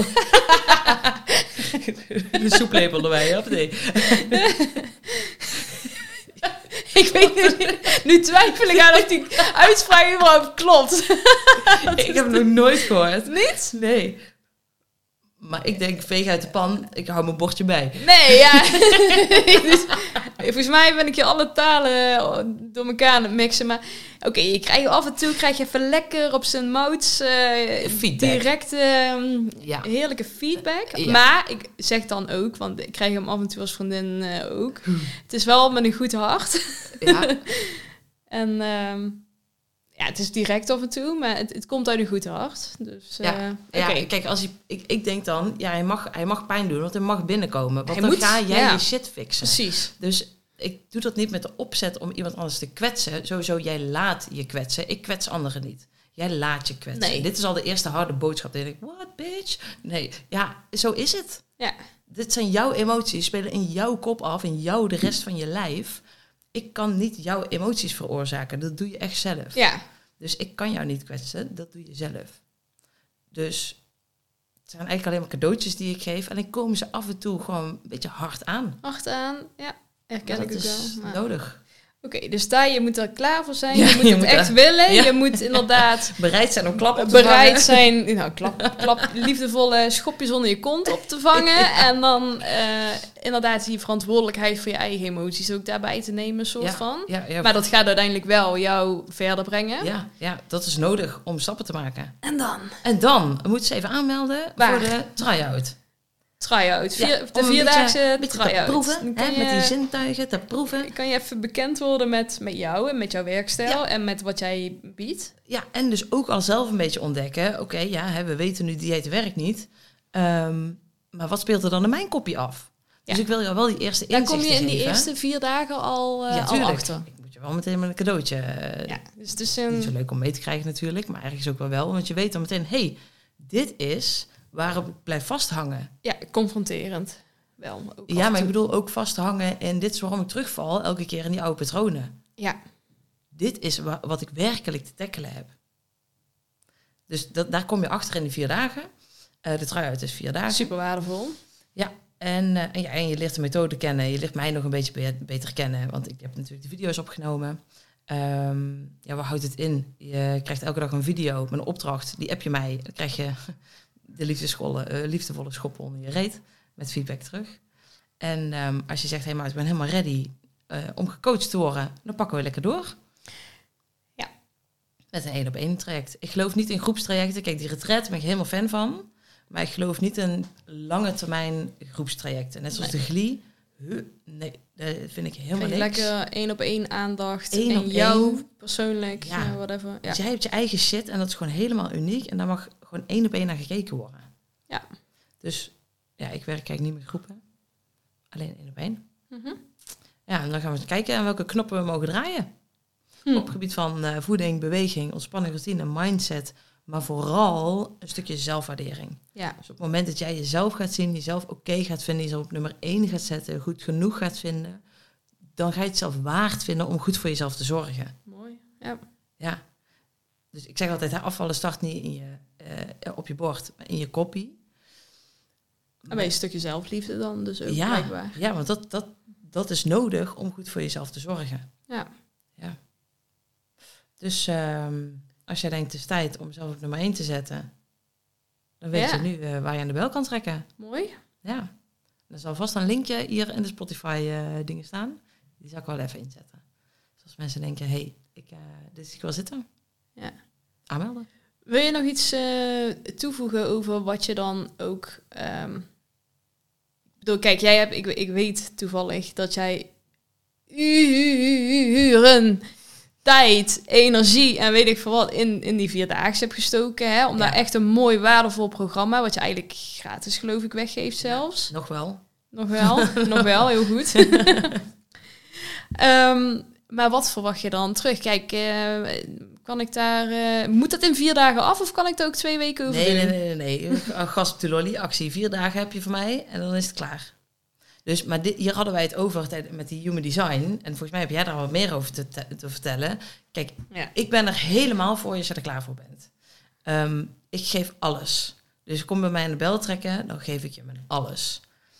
De soeplepel erbij, hè? Of nee? Ik weet niet, nu twijfel ik aan of die uitspraak überhaupt klopt. Ik heb het nog nooit gehoord. Niet? Nee. Maar ik denk, veeg uit de pan, ik hou mijn bordje bij. Nee, ja. Dus, volgens mij ben ik je alle talen door elkaar aan het mixen. Maar oké, okay, je krijgt af en toe krijg je even lekker op zijn mouts uh, directe um, ja. heerlijke feedback. Ja. Maar ik zeg dan ook, want ik krijg hem af en toe als vriendin uh, ook. Hm. Het is wel met een goed hart. Ja. En um, ja, het is direct af en toe, maar het, het komt uit een goed hart. Dus, uh, ja, okay. ja, kijk, als hij, ik, ik denk dan, ja, hij mag, hij mag pijn doen, want hij mag binnenkomen. Want hij dan moet, ga jij ja. je shit fixen. Precies. Dus ik doe dat niet met de opzet om iemand anders te kwetsen. Sowieso, jij laat je kwetsen. Ik kwets anderen niet. Jij laat je kwetsen. Nee. Dit is al de eerste harde boodschap. Dan denk ik, what, bitch? Nee, ja, zo is het. Ja. Dit zijn jouw emoties, spelen in jouw kop af, in jou de rest van je lijf. Ik kan niet jouw emoties veroorzaken. Dat doe je echt zelf. Ja. Dus ik kan jou niet kwetsen. Dat doe je zelf. Dus het zijn eigenlijk alleen maar cadeautjes die ik geef. En dan komen ze af en toe gewoon een beetje hard aan. Hard aan, ja. Herken ik ook wel. Dat is maar nodig. Oké, okay, dus daar, je moet er klaar voor zijn. Ja, je moet je het moet echt er, willen. Ja. Je moet inderdaad... bereid zijn om klappen te Bereid vangen. zijn, nou, klap, klap, liefdevolle schopjes onder je kont op te vangen. Ja. En dan uh, inderdaad die verantwoordelijkheid voor je eigen emoties ook daarbij te nemen, soort ja, van. Ja, ja, maar dat gaat uiteindelijk wel jou verder brengen. Ja, ja, dat is nodig om stappen te maken. En dan? En dan moet je even aanmelden Waar? voor de try-out. Try-out. Vier, ja, de vierdaagse try-out. Te proeven, hè, je, met die zintuigen te proeven. Kan je even bekend worden met, met jou en met jouw werkstijl ja. en met wat jij biedt? Ja, en dus ook al zelf een beetje ontdekken. Oké, okay, ja, hè, we weten nu dieet werkt niet. Um, maar wat speelt er dan in mijn kopje af? Ja. Dus ik wil jou wel die eerste inzichten geven. Dan kom je in die eerste vier dagen al, uh, ja, al achter. Ik moet je wel meteen met een cadeautje. Uh, ja, dus het is een... Niet zo leuk om mee te krijgen natuurlijk, maar ergens ook wel wel. Want je weet dan meteen, hé, hey, dit is... waarop ik blijf vasthangen. Ja, confronterend. Wel. Ook ja, maar ik bedoel ook vasthangen. En dit is waarom ik terugval elke keer in die oude patronen. Ja. Dit is wa- wat ik werkelijk te tackelen heb. Dus dat, daar kom je achter in die vier dagen. Uh, de try-out is vier dagen. Super waardevol. Ja. En, uh, en, ja, en je leert de methode kennen. Je leert mij nog een beetje be- beter kennen. Want ik heb natuurlijk de video's opgenomen. Um, ja, waar houdt het in? Je krijgt elke dag een video met een opdracht. Die app je mij. Dan krijg je... de liefdesvolle, uh, liefdevolle schoppen onder je reet. Met feedback terug. En um, als je zegt, hé, hey, maar ik ben helemaal ready uh, om gecoacht te worden, dan pakken we lekker door. Ja. Met een één op één traject. Ik geloof niet in groepstrajecten. Kijk, die retreat ben ik helemaal fan van. Maar ik geloof niet in lange termijn groepstrajecten. Net zoals nee. de G L I. Huh, nee, dat vind ik helemaal niks. Lekker één op één aandacht. Eén en op jou één. persoonlijk. Ja. Ja, whatever. Ja. Dus jij hebt je eigen shit en dat is gewoon helemaal uniek. En daar mag gewoon één op één naar gekeken worden. Ja. Dus ja, ik werk eigenlijk niet met groepen. Alleen één op één. Mm-hmm. Ja, en dan gaan we eens kijken aan welke knoppen we mogen draaien. Hm. Op het gebied van uh, voeding, beweging, ontspanning, routine, mindset. Maar vooral een stukje zelfwaardering. Ja. Dus op het moment dat jij jezelf gaat zien, jezelf oké okay gaat vinden, jezelf op nummer één gaat zetten, goed genoeg gaat vinden, dan ga je het zelf waard vinden om goed voor jezelf te zorgen. Mooi, ja. Ja. Dus ik zeg altijd, hè, afvallen start niet in je, uh, op je bord, maar in je koppie. En bij een stukje zelfliefde dan dus ook ja, blijkbaar. Ja, want dat, dat, dat is nodig om goed voor jezelf te zorgen. Ja. Ja. Dus um, als jij denkt, het is tijd om zelf op nummer één te zetten, dan weet ja. je nu uh, waar je aan de bel kan trekken. Mooi. Ja. Er zal vast een linkje hier in de Spotify uh, dingen staan. Die zal ik wel even inzetten. Dus als mensen denken, hé, hey, ik, uh, dit zie ik wel zitten. Ja. Aanmelden. Wil je nog iets uh, toevoegen over wat je dan ook... Um, ik bedoel, kijk, jij hebt, ik, ik weet toevallig dat jij uren tijd, energie en weet ik veel wat in, in die vierdaagse hebt gestoken. Hè, om ja. daar echt een mooi waardevol programma, wat je eigenlijk gratis geloof ik weggeeft zelfs. Ja, nog wel. Nog wel, nog wel, heel goed. um, maar wat verwacht je dan terug? Kijk, uh, kan ik daar... Uh, moet dat in vier dagen af of kan ik daar ook twee weken over nee, doen? Nee, nee, nee. nee. Gas op de lolly, actie. Vier dagen heb je van mij en dan is het klaar. Dus, maar dit, hier hadden wij het over met die human design. En volgens mij heb jij daar wat meer over te, te, te vertellen. Kijk, ja. ik ben er helemaal voor als je er klaar voor bent. Um, ik geef alles. Dus kom bij mij aan de bel trekken, dan geef ik je met alles.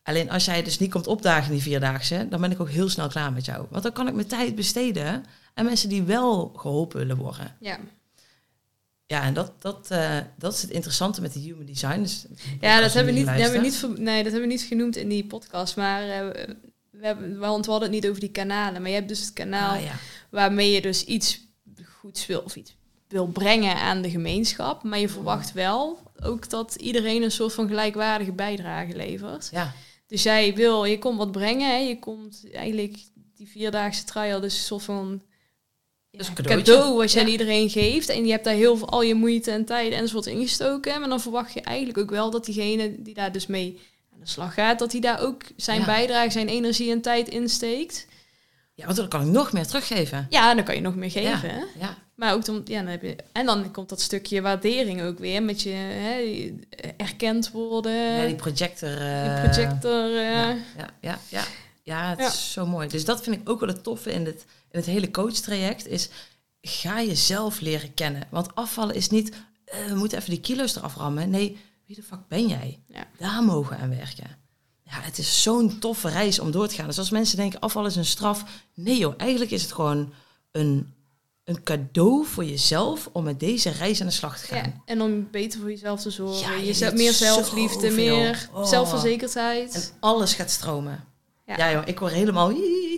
Alleen als jij dus niet komt opdagen die vierdaagse, dan ben ik ook heel snel klaar met jou. Want dan kan ik mijn tijd besteden aan mensen die wel geholpen willen worden. Ja. Ja, en dat, dat, uh, dat is het interessante met de human design. Dus ja, dat hebben, we niet, hebben we niet, nee, dat hebben we niet genoemd in die podcast. Maar uh, we, hebben, want we hadden het niet over die kanalen. Maar je hebt dus het kanaal ah, ja. waarmee je dus iets goeds wil of iets wil brengen aan de gemeenschap. Maar je verwacht wel ook dat iedereen een soort van gelijkwaardige bijdrage levert. Ja. Dus jij wil, je komt wat brengen. Hè? Je komt eigenlijk die vierdaagse trial, dus een soort van ja, dus cadeau wat je ja. aan iedereen geeft. En je hebt daar heel veel, al je moeite en tijd enzovoort ingestoken. Maar dan verwacht je eigenlijk ook wel dat diegene die daar dus mee aan de slag gaat, dat hij daar ook zijn ja. bijdrage, zijn energie en tijd insteekt. Ja, want dan kan ik nog meer teruggeven. Ja, dan kan je nog meer geven. Ja. Hè? Ja. Maar ook dan, ja, dan heb je, en dan komt dat stukje waardering ook weer met je hè, erkend worden. Ja, die projector. Uh, die projector. Uh, ja, ja, ja, ja. Ja, het ja. is zo mooi. Dus dat vind ik ook wel het toffe in het, in het hele coachtraject. Is ga jezelf leren kennen. Want afvallen is niet, uh, we moeten even die kilo's eraf rammen. Nee, wie de fuck ben jij? Ja. Daar mogen we aan werken. Ja, het is zo'n toffe reis om door te gaan. Dus als mensen denken, afvallen is een straf. Nee joh, eigenlijk is het gewoon een, een cadeau voor jezelf om met deze reis aan de slag te gaan. Ja, en om beter voor jezelf te zorgen. Ja, je je zet meer zelfliefde, zoveel. meer oh. zelfverzekerdheid. En alles gaat stromen. Ja, ja joh, ik word helemaal...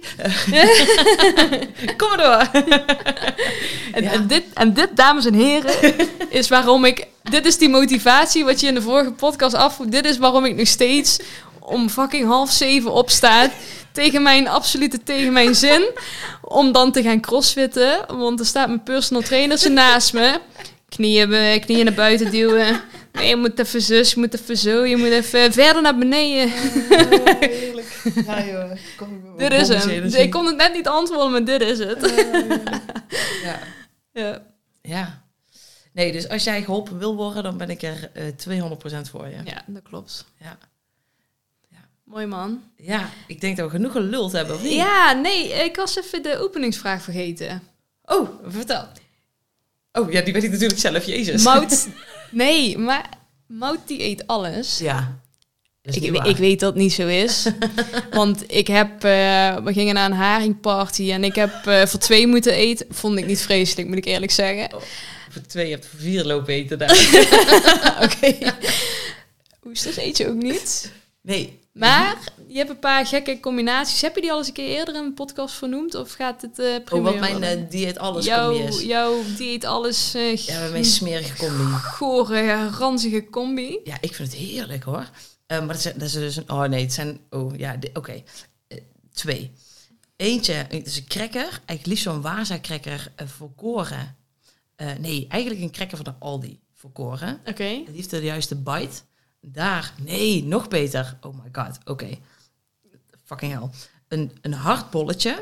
Kom maar door. en, ja. en, dit, en dit, dames en heren, is waarom ik... Dit is die motivatie wat je in de vorige podcast afvoert. Dit is waarom ik nog steeds om fucking half zeven opsta. Tegen mijn absolute, tegen mijn zin. Om dan te gaan crossfitten. Want er staat mijn personal trainer naast me. Knieën, knieën naar buiten duwen. Nee, je moet even zus, je moet even zo. Je moet even verder naar beneden. Oh, heerlijk. Ja joh. Kom, dit is hem. Ik kon het net niet antwoorden, maar dit is het. Uh, ja. Ja. Ja. Nee, dus als jij geholpen wil worden, dan ben ik er uh, tweehonderd procent voor je. Ja, dat klopt. Ja. Ja. Mooi man. Ja, ik denk dat we genoeg geluld hebben, of niet? Ja, nee, ik was even de openingsvraag vergeten. Oh, vertel. Oh, ja, die weet ik natuurlijk zelf, Jezus. Mout, nee, maar Mout die eet alles. Ja. Ik, ik weet dat het niet zo is. Want ik heb, uh, we gingen naar een haringparty en ik heb uh, voor twee moeten eten. Vond ik niet vreselijk, moet ik eerlijk zeggen. Oh, voor twee, je hebt voor vier lopen eten daar. Oké. Okay. Oesters eet je ook niet? Nee. Maar je hebt een paar gekke combinaties. Heb je die al eens een keer eerder in een podcast vernoemd? Of gaat het uh, Oh, wat mijn uh, dieet alles jouw, combi is. Jouw dieet alles... Uh, ja, met mijn smerige combi. Gore, ranzige combi. Ja, ik vind het heerlijk hoor. Uh, maar dat is, dat is dus een... Oh nee, het zijn... Oh ja, oké. Okay. Uh, twee. Eentje, het is een cracker. Eigenlijk liefst zo'n Waza-cracker uh, volkoren. Uh, nee, eigenlijk een cracker van de Aldi volkoren. Oké. Okay. Die heeft de juiste bite. Daar, nee, nog beter. Oh my god, oké. Okay. Fucking hell. Een, een hard bolletje.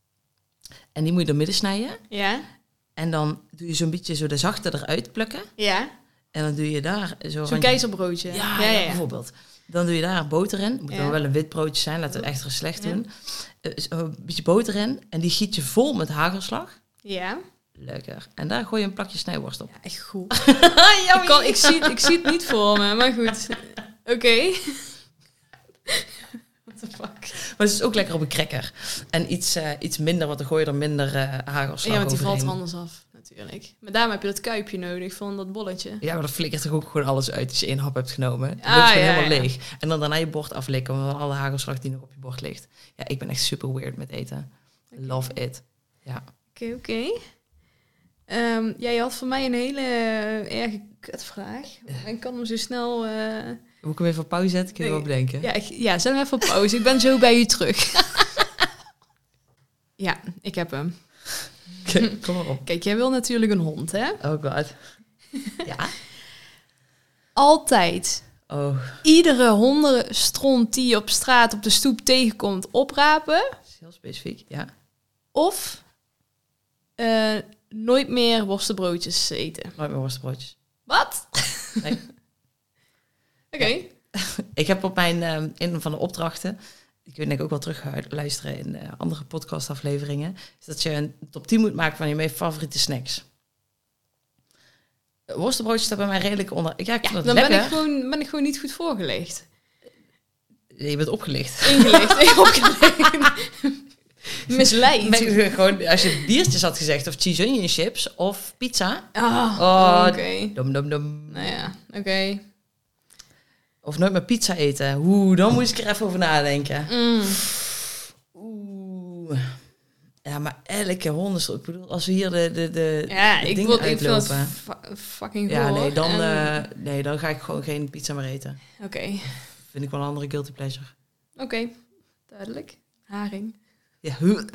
En die moet je door midden snijden. Ja. En dan doe je zo'n beetje zo de zachte eruit plukken. Ja. En dan doe je daar zo... Zo'n keizerbroodje. Ja, ja, ja, ja, ja, bijvoorbeeld. Dan doe je daar boter in. Moet ja. dan wel een wit broodje zijn. Laten we het extra slecht ja. doen. Uh, een beetje boter in. En die giet je vol met hagelslag. Ja. Lekker. En daar gooi je een plakje snijworst op. Ja, echt goed. ik, kan, ik, zie, ik zie het niet voor me, maar goed. Oké. Okay. What the fuck. Maar het is ook lekker op een cracker. En iets, uh, iets minder, want dan gooi je er minder uh, hagelslag Ja, want die overheen. valt er anders af, natuurlijk. Maar daarom heb je dat kuipje nodig van dat bolletje. Ja, maar dan flikkert toch ook gewoon alles uit als je één hap hebt genomen. Dan ah, wordt het ja, helemaal ja. leeg. En dan daarna je bord aflikken van alle hagelslag die nog op je bord ligt. Ja, ik ben echt super weird met eten. Okay. Love it. Ja. Oké, okay, oké. Okay. Um, ja, je had voor mij een hele uh, erge kutvraag. Uh. Ik kan hem zo snel... Uh... Moet ik hem even op pauze zetten? Kun je nee. wel bedenken? Ja, ik, ja, zet hem even op pauze. Ik ben zo bij u terug. Ja, ik heb hem. Okay, kom maar op. Kijk, jij wil natuurlijk een hond, hè? Oh god. Ja? Altijd. Oh. Iedere hondenstront die je op straat op de stoep tegenkomt oprapen. Dat is heel specifiek, ja. Of... Uh, nooit meer worstenbroodjes eten. Nooit meer worstenbroodjes. Wat? Nee. Oké. Okay. Ja. Ik heb op mijn, uh, een van de opdrachten, ik weet denk ik ook wel terug luisteren in uh, andere podcastafleveringen, is dat je een top tien moet maken van je meest favoriete snacks. Worstenbroodjes staat bij mij redelijk onder. Ja, ik ja, vind dan lekker. ben ik, gewoon, ben ik gewoon niet goed voorgelegd. Je bent opgelicht. Ingelicht, opgelicht. Misleid. Nee, gewoon, als je biertjes had gezegd, of cheese onion chips, of pizza. Ah, Oh, oké. Okay. Dum, dum, dum. Nou ja, oké. Okay. Of nooit meer pizza eten. Oeh, dan moest ik er even over nadenken. Mm. Oeh. Ja, maar elke hondensoort. Ik bedoel, als we hier de, de, de, ja, de ik dingen wil, uitlopen. Ik vind het fucking Ja, goor. nee dan, en... uh, nee, dan ga ik gewoon geen pizza meer eten. Oké. Okay. Vind ik wel een andere guilty pleasure. Oké, okay. Duidelijk. Haring. Ja.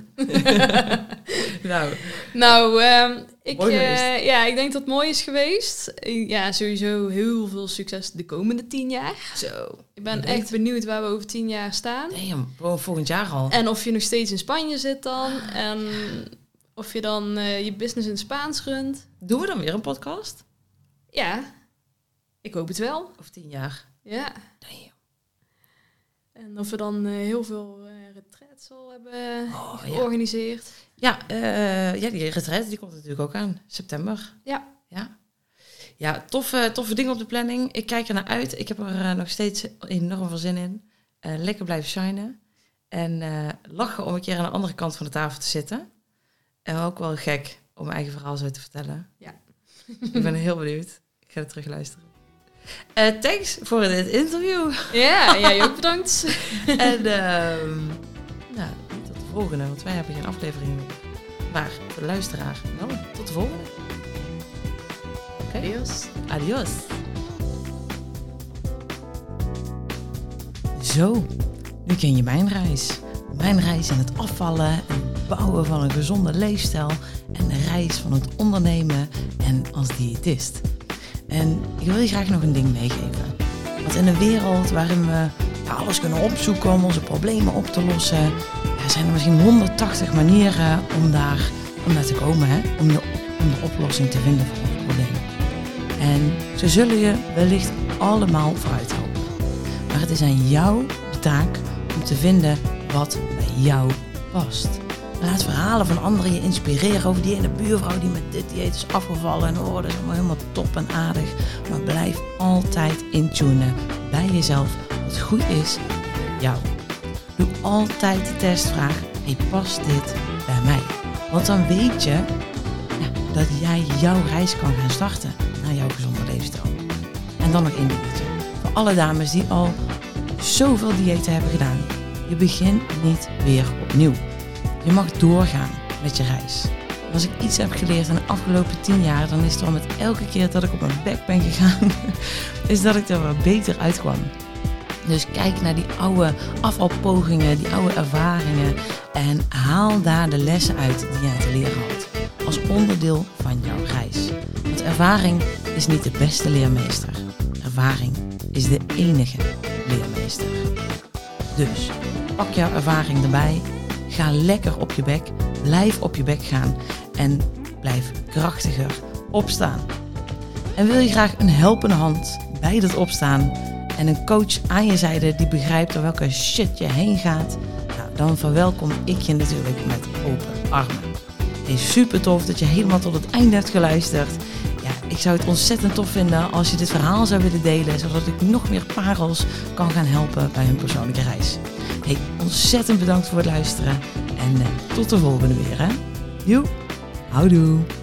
nou, nou um, ik, uh, ja, ik denk dat het mooi is geweest. Ja, sowieso heel veel succes de komende tien jaar. Zo. Ik ben echt benieuwd waar we over tien jaar staan. Nee, gewoon volgend jaar al. En of je nog steeds in Spanje zit dan. En of je dan uh, je business in Spaans runt. Doen we dan weer een podcast? Ja, ik hoop het wel. Over tien jaar? Ja. Nee. En of we dan uh, heel veel uh, retraits al hebben oh, georganiseerd. Ja, ja, uh, ja die retraite die komt natuurlijk ook aan. September. Ja. Ja, ja toffe, toffe dingen op de planning. Ik kijk er naar uit. Ik heb er uh, nog steeds enorm veel zin in. Uh, lekker blijven shinen. En uh, lachen om een keer aan de andere kant van de tafel te zitten. En ook wel gek om mijn eigen verhaal zo te vertellen. Ja. Ik ben heel benieuwd. Ik ga er terug luisteren. Uh, thanks voor dit interview. Ja, jij ook bedankt. En uh, nou, tot de volgende, want wij hebben geen aflevering meer. Maar voor de luisteraar, nou, tot de volgende. Okay. Adios. Adios. Zo, nu ken je mijn reis. Mijn reis in het afvallen en het bouwen van een gezonde leefstijl. En de reis van het ondernemen en als diëtist. En ik wil je graag nog een ding meegeven. Want in een wereld waarin we alles kunnen opzoeken om onze problemen op te lossen, ja, zijn er misschien honderdtachtig manieren om daar, om daar te komen, hè? Om, de, om de oplossing te vinden voor het probleem. En ze zullen je wellicht allemaal vooruit helpen. Maar het is aan jou de taak om te vinden wat bij jou past. Laat verhalen van anderen je inspireren over die ene buurvrouw die met dit dieet is afgevallen. En oh, dat is allemaal helemaal top en aardig. Maar blijf altijd intunen bij jezelf wat goed is voor jou. Doe altijd de testvraag, hey, past dit bij mij? Want dan weet je ja, dat jij jouw reis kan gaan starten naar jouw gezonde leefstijl. En dan nog één dingetje. Voor alle dames die al zoveel diëten hebben gedaan. Je begint niet weer opnieuw. Je mag doorgaan met je reis. En als ik iets heb geleerd in de afgelopen tien jaar, dan is het wel met elke keer dat ik op mijn bek ben gegaan, is dat ik er wel beter uitkwam. Dus kijk naar die oude afvalpogingen, die oude ervaringen en haal daar de lessen uit die jij te leren had. Als onderdeel van jouw reis. Want ervaring is niet de beste leermeester. Ervaring is de enige leermeester. Dus pak jouw ervaring erbij. Ga lekker op je bek, blijf op je bek gaan en blijf krachtiger opstaan. En wil je graag een helpende hand bij dat opstaan en een coach aan je zijde die begrijpt door welke shit je heen gaat, nou, dan verwelkom ik je natuurlijk met open armen. Hey, super tof dat je helemaal tot het einde hebt geluisterd. Ja, ik zou het ontzettend tof vinden als je dit verhaal zou willen delen, zodat ik nog meer parels kan gaan helpen bij hun persoonlijke reis. Hey, ontzettend bedankt voor het luisteren en uh, tot de volgende weer, hè. Joe, houdoe.